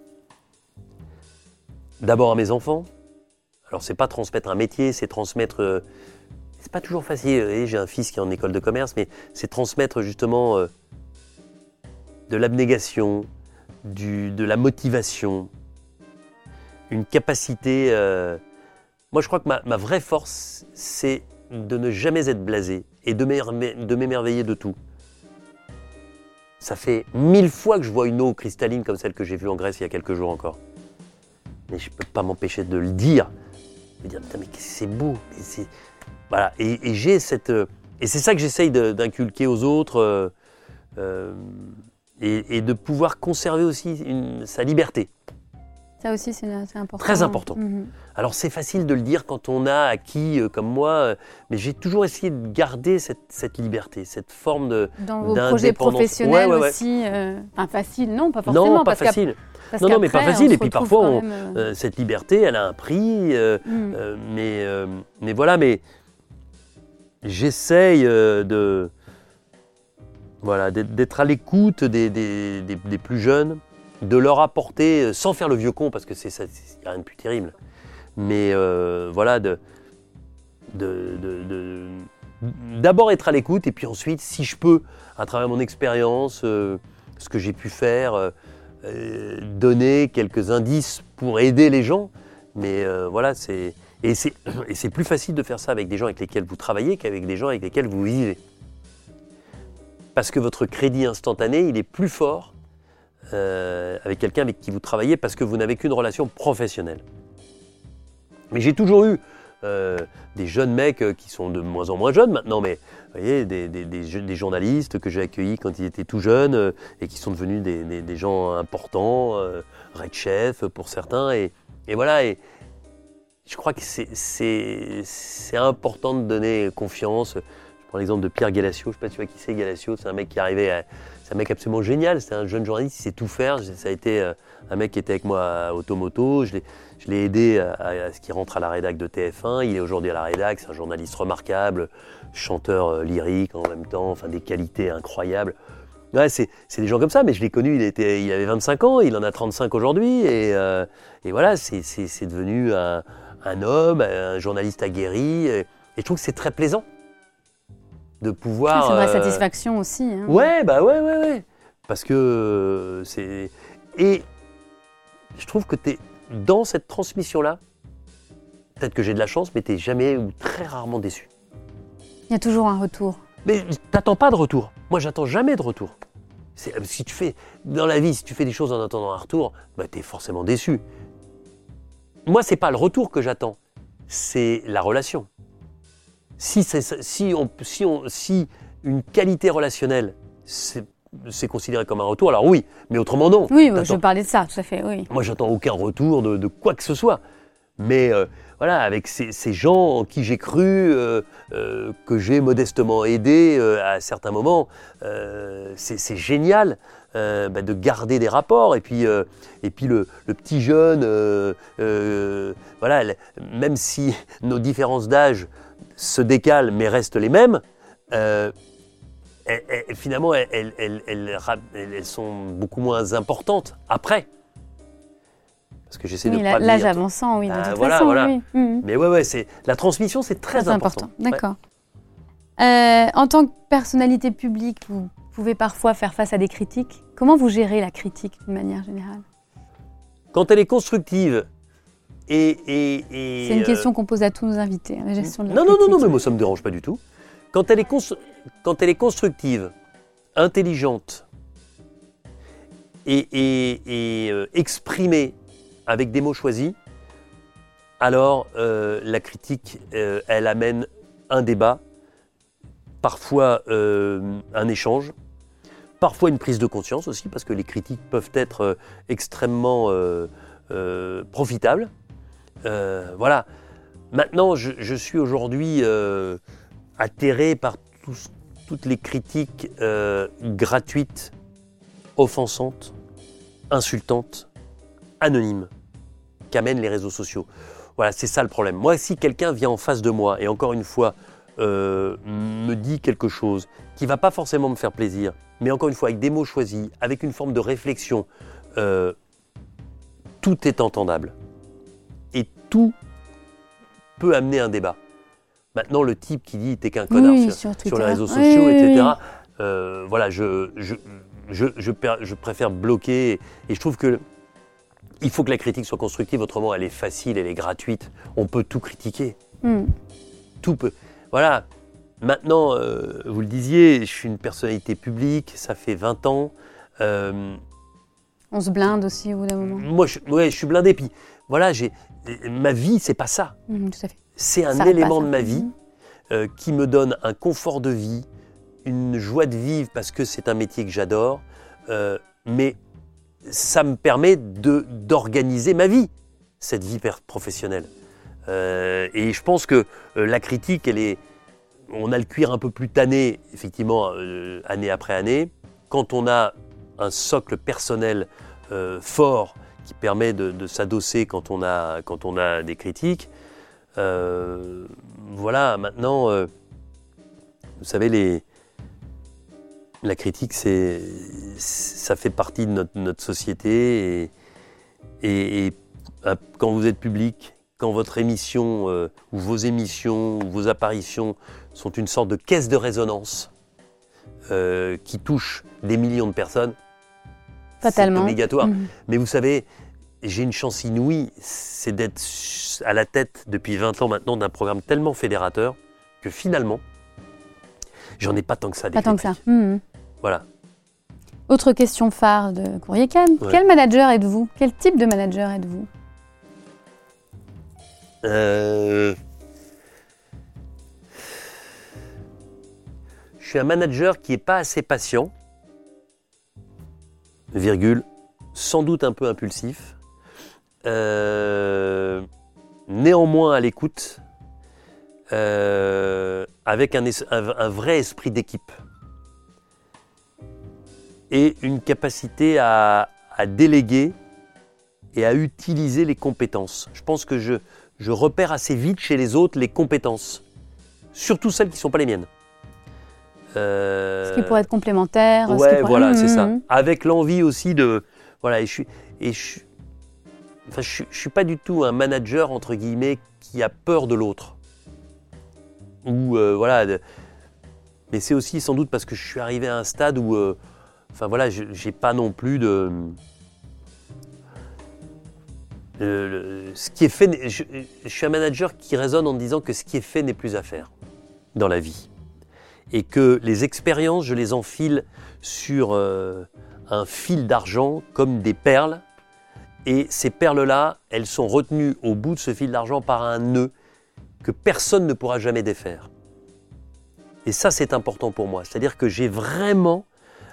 D'abord à mes enfants. Alors c'est pas transmettre un métier, c'est transmettre... c'est pas toujours facile. J'ai un fils qui est en école de commerce, mais c'est transmettre justement de l'abnégation, de la motivation, une capacité... Moi je crois que ma vraie force, c'est de ne jamais être blasé et de m'émerveiller de tout. Ça fait 1000 fois que je vois une eau cristalline comme celle que j'ai vue en Grèce il y a quelques jours encore. Mais je ne peux pas m'empêcher de le dire. De dire, putain, mais c'est beau. Voilà. Et j'ai cette... Et c'est ça que j'essaye d'inculquer aux autres et de pouvoir conserver aussi sa liberté.
Ça aussi, c'est important.
Très important. Alors, c'est facile de le dire quand on a acquis, comme moi, mais j'ai toujours essayé de garder cette liberté, cette forme d'indépendance.
Dans vos projets professionnels aussi, facile, non, pas forcément.
Non, pas facile. Non, mais pas facile. Et puis parfois, cette liberté, elle a un prix. Mais voilà, mais j'essaye d'être à l'écoute des plus jeunes, de leur apporter, sans faire le vieux con, parce que c'est rien de plus terrible, mais d'abord être à l'écoute, et puis ensuite, si je peux, à travers mon expérience, ce que j'ai pu faire, donner quelques indices pour aider les gens, mais c'est plus facile de faire ça avec des gens avec lesquels vous travaillez qu'avec des gens avec lesquels vous vivez. Parce que votre crédit instantané, il est plus fort avec quelqu'un avec qui vous travaillez parce que vous n'avez qu'une relation professionnelle. Mais j'ai toujours eu des jeunes mecs qui sont de moins en moins jeunes maintenant, mais vous voyez, des journalistes que j'ai accueillis quand ils étaient tout jeunes et qui sont devenus des gens importants, Red Chef pour certains, et voilà. Et je crois que c'est important de donner confiance. Je prends l'exemple de Pierre Galassio, je ne sais pas si tu vois qui c'est Galassio, c'est un mec qui arrivait c'est un mec absolument génial, c'est un jeune journaliste, il sait tout faire, ça a été un mec qui était avec moi à Automoto, je l'ai aidé à ce qu'il rentre à la rédac de TF1, il est aujourd'hui à la rédac, c'est un journaliste remarquable, chanteur lyrique en même temps, enfin des qualités incroyables. Ouais, c'est des gens comme ça, mais je l'ai connu, il avait 25 ans, il en a 35 aujourd'hui, et voilà, c'est devenu un homme, un journaliste aguerri, et je trouve que c'est très plaisant de pouvoir...
C'est une vraie satisfaction aussi. Hein.
Ouais. Parce que c'est... Et je trouve que tu es dans cette transmission-là, peut-être que j'ai de la chance, mais tu n'es jamais ou très rarement déçu.
Il y a toujours un retour.
Mais tu n'attends pas de retour. Moi, j'attends jamais de retour. Dans la vie, si tu fais des choses en attendant un retour, tu es forcément déçu. Moi, ce n'est pas le retour que j'attends, c'est la relation. Si une qualité relationnelle, c'est considéré comme un retour, alors oui, mais autrement non.
Oui, je parlais de ça, tout à fait, oui.
Moi, j'attends aucun retour de quoi que ce soit. Mais voilà, avec ces gens en qui j'ai cru, que j'ai modestement aidé à certains moments, c'est génial de garder des rapports. Et puis le petit jeune, même si nos différences d'âge se décalent mais restent les mêmes, finalement, elles sont beaucoup moins importantes après. Parce que j'essaie de pas
l'âge avançant, oui, de toute façon.
Voilà.
Oui.
Mais la transmission, c'est très important.
D'accord. Ouais. En tant que personnalité publique, vous pouvez parfois faire face à des critiques. Comment vous gérez la critique d'une manière générale ?
Quand elle est constructive c'est
une question qu'on pose à tous nos invités, la gestion de la
critique.
Non,
mais moi ça me dérange pas du tout. Quand elle est constructive, intelligente et exprimée avec des mots choisis, alors la critique, elle amène un débat, parfois un échange, parfois une prise de conscience aussi, parce que les critiques peuvent être extrêmement profitables. Voilà. Maintenant, je suis aujourd'hui atterré par toutes les critiques gratuites, offensantes, insultantes, anonymes qu'amènent les réseaux sociaux. Voilà, c'est ça le problème. Moi, si quelqu'un vient en face de moi et encore une fois me dit quelque chose qui ne va pas forcément me faire plaisir, mais encore une fois avec des mots choisis, avec une forme de réflexion, tout est entendable. Et tout peut amener un débat. Maintenant, le type qui dit « t'es qu'un connard sur les réseaux sociaux, etc. » voilà, je préfère bloquer. Et je trouve que il faut que la critique soit constructive, autrement elle est facile, elle est gratuite. On peut tout critiquer. Tout peut. Voilà. Maintenant, vous le disiez, je suis une personnalité publique, ça fait 20 ans.
On se blinde aussi au bout d'un moment.
Moi, je suis blindé. Puis voilà, ma vie, c'est pas ça.
Tout à fait.
C'est un élément de ma vie qui me donne un confort de vie, une joie de vivre parce que c'est un métier que j'adore. Mais ça me permet d'organiser ma vie, cette vie professionnelle. Et je pense que la critique, on a le cuir un peu plus tanné, effectivement, année après année. Quand on a un socle personnel fort qui permet de s'adosser quand on a des critiques, voilà, maintenant, vous savez, la critique, ça fait partie de notre société et quand vous êtes public, quand votre émission ou vos émissions ou vos apparitions sont une sorte de caisse de résonance qui touche des millions de personnes,
fatalement,
c'est obligatoire. Mais vous savez, j'ai une chance inouïe, c'est d'être à la tête depuis 20 ans maintenant d'un programme tellement fédérateur que finalement, j'en ai pas tant que ça.
Pas tant que ça.
Voilà.
Autre question phare de Courrier Cannes. Ouais. Quel manager êtes-vous? Quel type de manager êtes-vous?
Je suis un manager qui n'est pas assez patient, sans doute un peu impulsif, néanmoins à l'écoute, avec un vrai esprit d'équipe et une capacité à déléguer et à utiliser les compétences. Je pense que je repère assez vite chez les autres les compétences, surtout celles qui ne sont pas les miennes.
Ce qui pourrait être complémentaire.
Ouais, voilà, c'est ça. Avec l'envie aussi de... Voilà, je suis pas du tout un manager, entre guillemets, qui a peur de l'autre. Ou, voilà... Mais c'est aussi sans doute parce que je suis arrivé à un stade où... Enfin, voilà, j'ai pas non plus de... ce qui est fait, je suis un manager qui raisonne en disant que ce qui est fait n'est plus à faire dans la vie. Et que les expériences, je les enfile sur un fil d'argent comme des perles. Et ces perles-là, elles sont retenues au bout de ce fil d'argent par un nœud que personne ne pourra jamais défaire. Et ça, c'est important pour moi. C'est-à-dire que j'ai vraiment...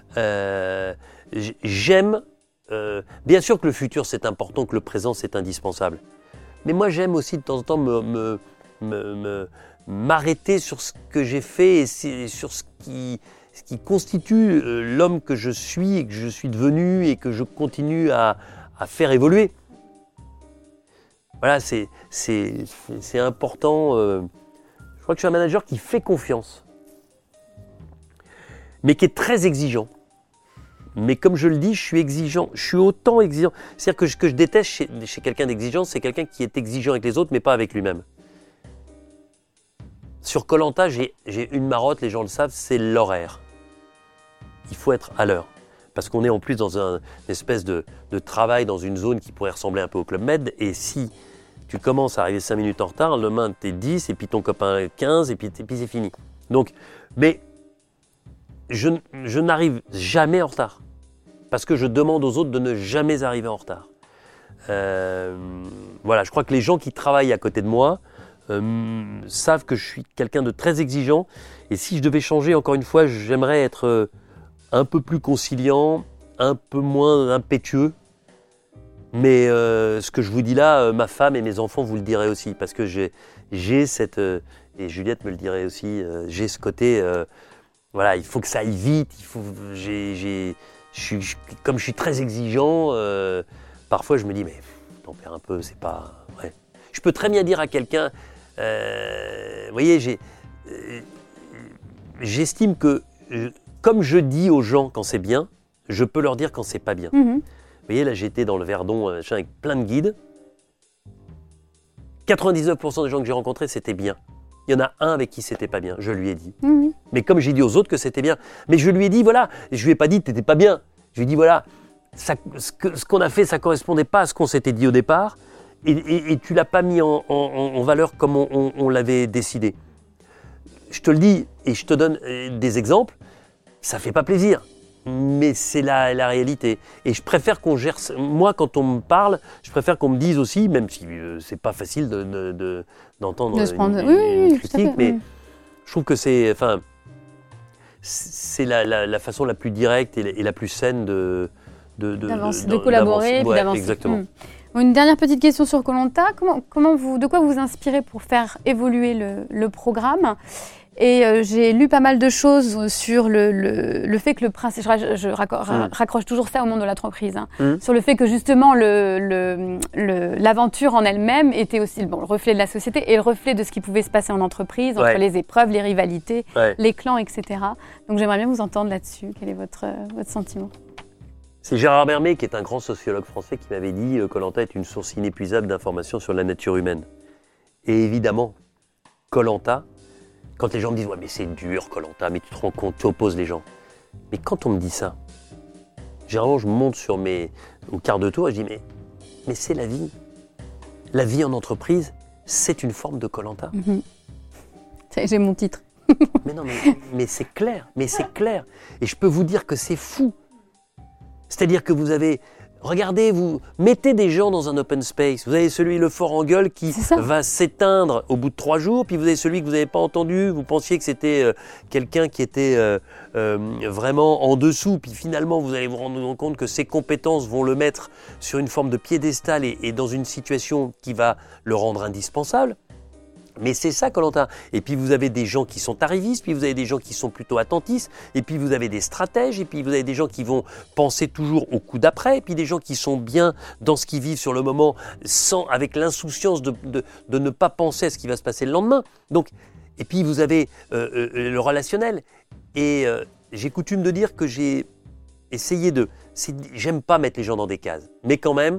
j'aime... bien sûr que le futur c'est important, que le présent c'est indispensable. Mais moi j'aime aussi de temps en temps m'arrêter sur ce que j'ai fait et sur ce qui constitue l'homme que je suis et que je suis devenu et que je continue à faire évoluer. Voilà, c'est important. Je crois que je suis un manager qui fait confiance, mais qui est très exigeant. Mais comme je le dis, je suis exigeant. Je suis autant exigeant. C'est-à-dire que ce que je déteste chez quelqu'un d'exigeant, c'est quelqu'un qui est exigeant avec les autres, mais pas avec lui-même. Sur Koh-Lanta, j'ai une marotte, les gens le savent, c'est l'horaire. Il faut être à l'heure. Parce qu'on est en plus dans une espèce de travail, dans une zone qui pourrait ressembler un peu au Club Med. Et si tu commences à arriver 5 minutes en retard, le lendemain, t'es 10, et puis ton copain 15, et puis c'est fini. Donc, mais... Je n'arrive jamais en retard, parce que je demande aux autres de ne jamais arriver en retard. Voilà, je crois que les gens qui travaillent à côté de moi savent que je suis quelqu'un de très exigeant, et si je devais changer, encore une fois, j'aimerais être un peu plus conciliant, un peu moins impétueux, mais ce que je vous dis là, ma femme et mes enfants vous le diraient aussi, parce que j'ai cette... et Juliette me le dirait aussi, j'ai ce côté... Voilà, il faut que ça aille vite. Comme je suis très exigeant, parfois je me dis, mais t'en perds un peu, c'est pas... Ouais. Je peux très bien dire à quelqu'un, vous voyez, j'estime que, comme je dis aux gens quand c'est bien, je peux leur dire quand c'est pas bien. Vous voyez, là j'étais dans le Verdon avec plein de guides. 99% des gens que j'ai rencontrés, c'était bien. Il y en a un avec qui c'était pas bien, je lui ai dit. Mais comme j'ai dit aux autres que c'était bien. Mais je lui ai dit, voilà, je lui ai pas dit t'étais pas bien. Je lui ai dit, voilà, ce qu'on a fait, ça correspondait pas à ce qu'on s'était dit au départ. Et tu l'as pas mis en valeur comme on l'avait décidé. Je te le dis et je te donne des exemples, ça fait pas plaisir. Mais c'est la réalité. Et je préfère qu'on gère... Moi, quand on me parle, je préfère qu'on me dise aussi, même si c'est pas facile d'entendre une critique, mais je trouve que c'est la façon la plus directe et la plus saine de
de collaborer et d'avancer.
Exactement.
Une dernière petite question sur Koh-Lanta. De quoi vous inspirez pour faire évoluer le programme ? Et j'ai lu pas mal de choses sur le fait que le principe, je raccroche toujours ça au monde de l'entreprise, sur le fait que justement l'aventure en elle-même était aussi le reflet de la société et le reflet de ce qui pouvait se passer en entreprise, entre les épreuves, les rivalités, les clans, etc. Donc j'aimerais bien vous entendre là-dessus. Quel est votre sentiment ?
C'est Gérard Bermé, qui est un grand sociologue français, qui m'avait dit « Koh-Lanta est une source inépuisable d'informations sur la nature humaine ». Et évidemment, Koh-Lanta, quand les gens me disent « Ouais, mais c'est dur, Koh-Lanta, mais tu te rends compte, tu opposes les gens ». Mais quand on me dit ça, généralement, je monte au quart de tour et je dis « Mais c'est la vie. La vie en entreprise, c'est une forme de Koh-Lanta. »
J'ai mon titre.
Mais non, mais c'est clair, Et je peux vous dire que c'est fou. C'est-à-dire que regardez, vous mettez des gens dans un open space. Vous avez le fort en gueule qui va s'éteindre au bout de 3 jours, puis vous avez celui que vous n'avez pas entendu. Vous pensiez que c'était quelqu'un qui était vraiment en dessous, puis finalement vous allez vous rendre compte que ses compétences vont le mettre sur une forme de piédestal et dans une situation qui va le rendre indispensable. Mais c'est ça, Koh-Lanta. Et puis vous avez des gens qui sont arrivistes, puis vous avez des gens qui sont plutôt attentistes, et puis vous avez des stratèges, et puis vous avez des gens qui vont penser toujours au coup d'après, et puis des gens qui sont bien dans ce qu'ils vivent sur le moment, avec l'insouciance de ne pas penser à ce qui va se passer le lendemain. Donc, et puis vous avez le relationnel. Et j'ai coutume de dire que j'ai essayé j'aime pas mettre les gens dans des cases, mais quand même,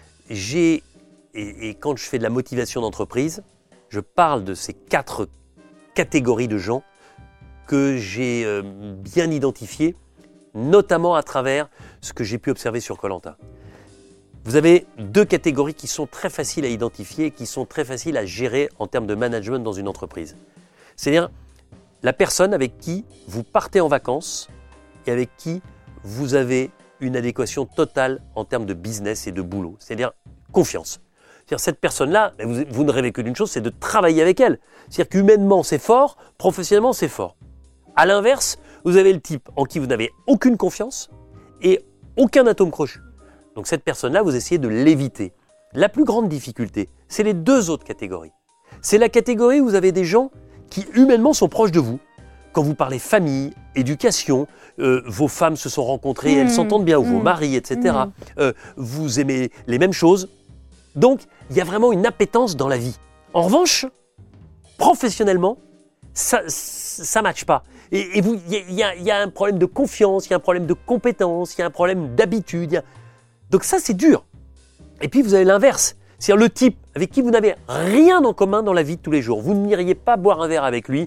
et quand je fais de la motivation d'entreprise, je parle de ces 4 catégories de gens que j'ai bien identifiées, notamment à travers ce que j'ai pu observer sur Koh-Lanta. Vous avez 2 catégories qui sont très faciles à identifier, qui sont très faciles à gérer en termes de management dans une entreprise. C'est-à-dire la personne avec qui vous partez en vacances et avec qui vous avez une adéquation totale en termes de business et de boulot, c'est-à-dire confiance. C'est-à-dire cette personne-là, vous ne rêvez que d'une chose, c'est de travailler avec elle. C'est-à-dire qu'humainement, c'est fort, professionnellement, c'est fort. À l'inverse, vous avez le type en qui vous n'avez aucune confiance et aucun atome crochu. Donc cette personne-là, vous essayez de l'éviter. La plus grande difficulté, c'est les 2 autres catégories. C'est la catégorie où vous avez des gens qui humainement sont proches de vous. Quand vous parlez famille, éducation, vos femmes se sont rencontrées, elles s'entendent bien, ou vos maris, etc. Vous aimez les mêmes choses. Donc, il y a vraiment une appétence dans la vie. En revanche, professionnellement, ça ne matche pas. Et il y a un problème de confiance, il y a un problème de compétence, il y a un problème d'habitude. Donc ça, c'est dur. Et puis, vous avez l'inverse. C'est-à-dire le type avec qui vous n'avez rien en commun dans la vie de tous les jours. Vous n'iriez pas boire un verre avec lui.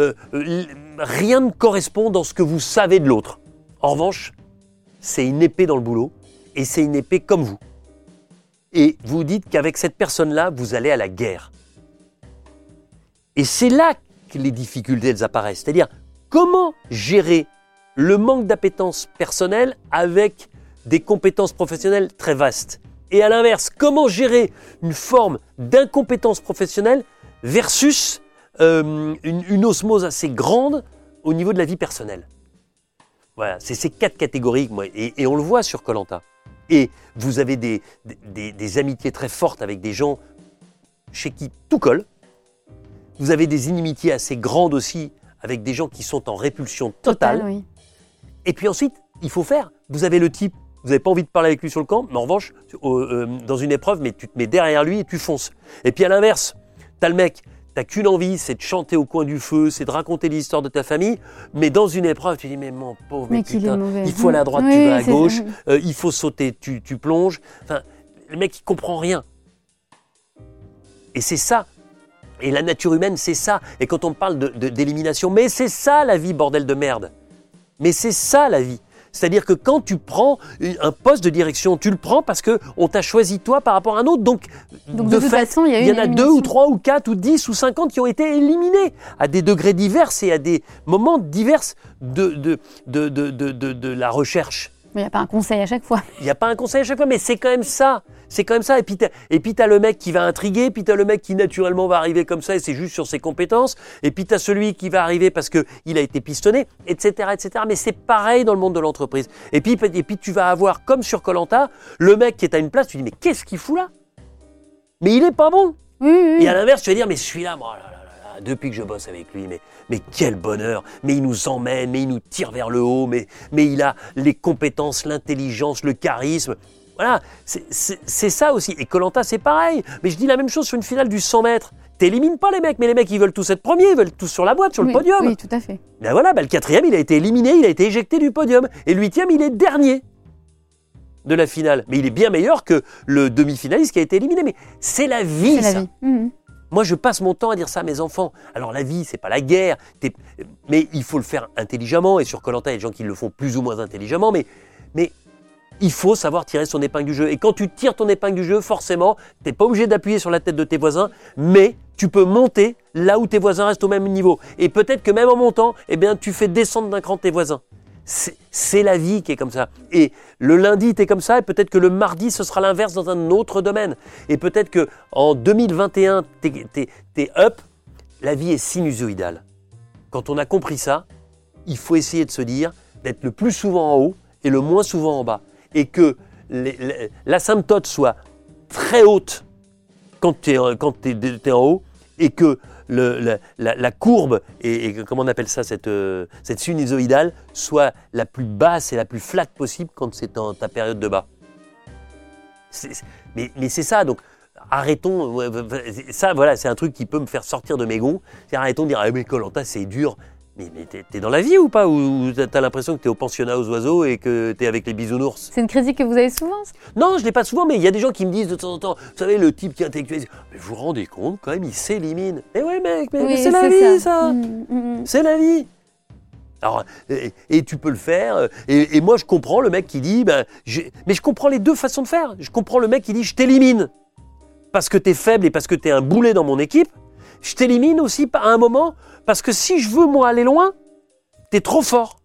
Rien ne correspond dans ce que vous savez de l'autre. En revanche, c'est une épée dans le boulot et c'est une épée comme vous. Et vous dites qu'avec cette personne-là, vous allez à la guerre. Et c'est là que les difficultés elles apparaissent. C'est-à-dire, comment gérer le manque d'appétence personnelle avec des compétences professionnelles très vastes ? Et à l'inverse, comment gérer une forme d'incompétence professionnelle versus une osmose assez grande au niveau de la vie personnelle ? Voilà, c'est ces 4 catégories, et on le voit sur Koh-Lanta. Et vous avez des amitiés très fortes avec des gens chez qui tout colle. Vous avez des inimitiés assez grandes aussi avec des gens qui sont en répulsion totale.
Oui.
Et puis ensuite, il faut faire. Vous avez le type, vous n'avez pas envie de parler avec lui sur le camp, mais en revanche, dans une épreuve, mais tu te mets derrière lui et tu fonces. Et puis à l'inverse, tu as le mec, tu n'as qu'une envie, c'est de chanter au coin du feu, c'est de raconter l'histoire de ta famille, mais dans une épreuve, tu dis, mais mon pauvre, mais putain, il faut aller à droite, tu vas à gauche, il faut sauter, tu plonges. Enfin, le mec, il ne comprend rien. Et c'est ça. Et la nature humaine, c'est ça. Et quand on parle d'élimination, mais c'est ça la vie, bordel de merde. Mais c'est ça la vie. C'est-à-dire que quand tu prends un poste de direction, tu le prends parce qu'on t'a choisi toi par rapport à un autre. Donc de toute façon, il y en a 2 ou 3 ou 4 ou 10 ou 50 qui ont été éliminés à des degrés divers et à des moments divers de la recherche.
Mais il n'y a pas un conseil à chaque fois.
Il n'y a pas un conseil à chaque fois, mais c'est quand même ça. c'est quand même ça. Et puis t'as le mec qui va intriguer, puis t'as le mec qui naturellement va arriver comme ça et c'est juste sur ses compétences. Et puis t'as celui qui va arriver parce qu'il a été pistonné, etc., etc. Mais c'est pareil dans le monde de l'entreprise. Et puis tu vas avoir, comme sur Koh-Lanta, le mec qui est à une place, tu dis mais qu'est-ce qu'il fout là? Mais il est pas bon. Et à l'inverse, tu vas dire mais celui-là, moi, depuis que je bosse avec lui, mais quel bonheur, mais il nous emmène, mais il nous tire vers le haut, mais il a les compétences, l'intelligence, le charisme. Voilà, c'est ça aussi. Et Koh-Lanta, c'est pareil. Mais je dis la même chose sur une finale du 100 mètres. T'élimines pas les mecs, mais les mecs, ils veulent tous être premiers, ils veulent tous sur la boîte, sur le podium.
Oui, tout à fait.
Ben voilà, le 4e, il a été éliminé, il a été éjecté du podium. Et le 8e, il est dernier de la finale. Mais il est bien meilleur que le demi-finaliste qui a été éliminé. Mais c'est la vie, ça. Moi, je passe mon temps à dire ça à mes enfants. Alors, la vie, c'est pas la guerre, mais il faut le faire intelligemment. Et sur Koh-Lanta, il y a des gens qui le font plus ou moins intelligemment, mais il faut savoir tirer son épingle du jeu. Et quand tu tires ton épingle du jeu, forcément, tu n'es pas obligé d'appuyer sur la tête de tes voisins, mais tu peux monter là où tes voisins restent au même niveau. Et peut-être que même en montant, eh bien, tu fais descendre d'un cran tes voisins. C'est la vie qui est comme ça. Et le lundi, tu es comme ça, et peut-être que le mardi, ce sera l'inverse dans un autre domaine. Et peut-être qu'en 2021, t'es up, la vie est sinusoïdale. Quand on a compris ça, il faut essayer de se dire d'être le plus souvent en haut et le moins souvent en bas. Et que l'asymptote soit très haute quand tu es en haut, et que la courbe, et comment on appelle ça, cette sinusoïdale, soit la plus basse et la plus flat possible quand c'est dans ta période de bas. Mais c'est ça, donc arrêtons, ça voilà, c'est un truc qui peut me faire sortir de mes gonds, c'est arrêtons de dire « Ah mais Koh-Lanta c'est dur ». Mais t'es dans la vie ou pas? Ou t'as l'impression que t'es au pensionnat aux oiseaux et que t'es avec les bisounours?
C'est une critique que vous avez souvent?
Non, je l'ai pas souvent, mais il y a des gens qui me disent de temps en temps, vous savez, le type qui est intellectuel, mais vous vous rendez compte, quand même, il s'élimine. Eh ouais mec, mais c'est la vie ça. C'est la vie. Alors, et tu peux le faire, et moi je comprends le mec qui dit, mais je comprends les deux façons de faire. Je comprends le mec qui dit, je t'élimine parce que t'es faible et parce que t'es un boulet dans mon équipe. Je t'élimine aussi à un moment parce que si je veux moi aller loin, t'es trop fort.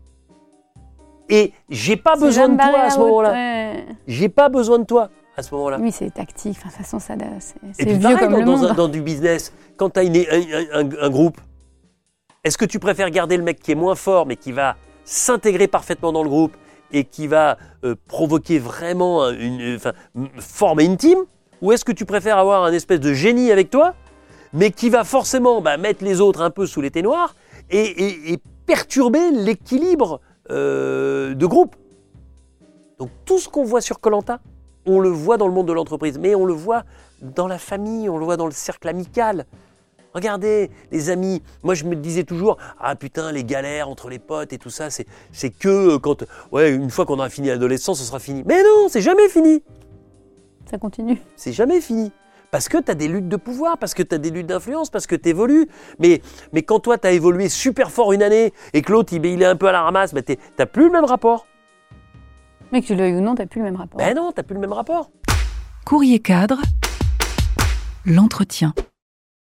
Et j'ai pas besoin de toi à ce moment-là. J'ai pas besoin de toi à ce moment-là.
Oui, c'est tactique. Enfin, de toute façon, c'est
vieux pareil, comme le monde. Dans du business, quand tu as un groupe, est-ce que tu préfères garder le mec qui est moins fort mais qui va s'intégrer parfaitement dans le groupe et qui va provoquer vraiment une forme intime, ou est-ce que tu préfères avoir un espèce de génie avec toi mais qui va forcément mettre les autres un peu sous les noirs et perturber l'équilibre de groupe. Donc tout ce qu'on voit sur Koh-Lanta, on le voit dans le monde de l'entreprise, mais on le voit dans la famille, on le voit dans le cercle amical. Regardez, les amis, moi je me disais toujours, ah putain, les galères entre les potes et tout ça, c'est que quand, une fois qu'on aura fini l'adolescence, ce sera fini. Mais non, c'est jamais fini.
Ça continue.
C'est jamais fini. Parce que tu as des luttes de pouvoir, parce que tu as des luttes d'influence, parce que tu évolues. Mais quand toi, tu as évolué super fort une année et que l'autre, il est un peu à la ramasse, tu n'as plus le même rapport.
Mais que tu le veuilles ou non, tu n'as plus le même rapport.
Ben non, tu n'as plus le même rapport.
Courrier Cadre, l'entretien.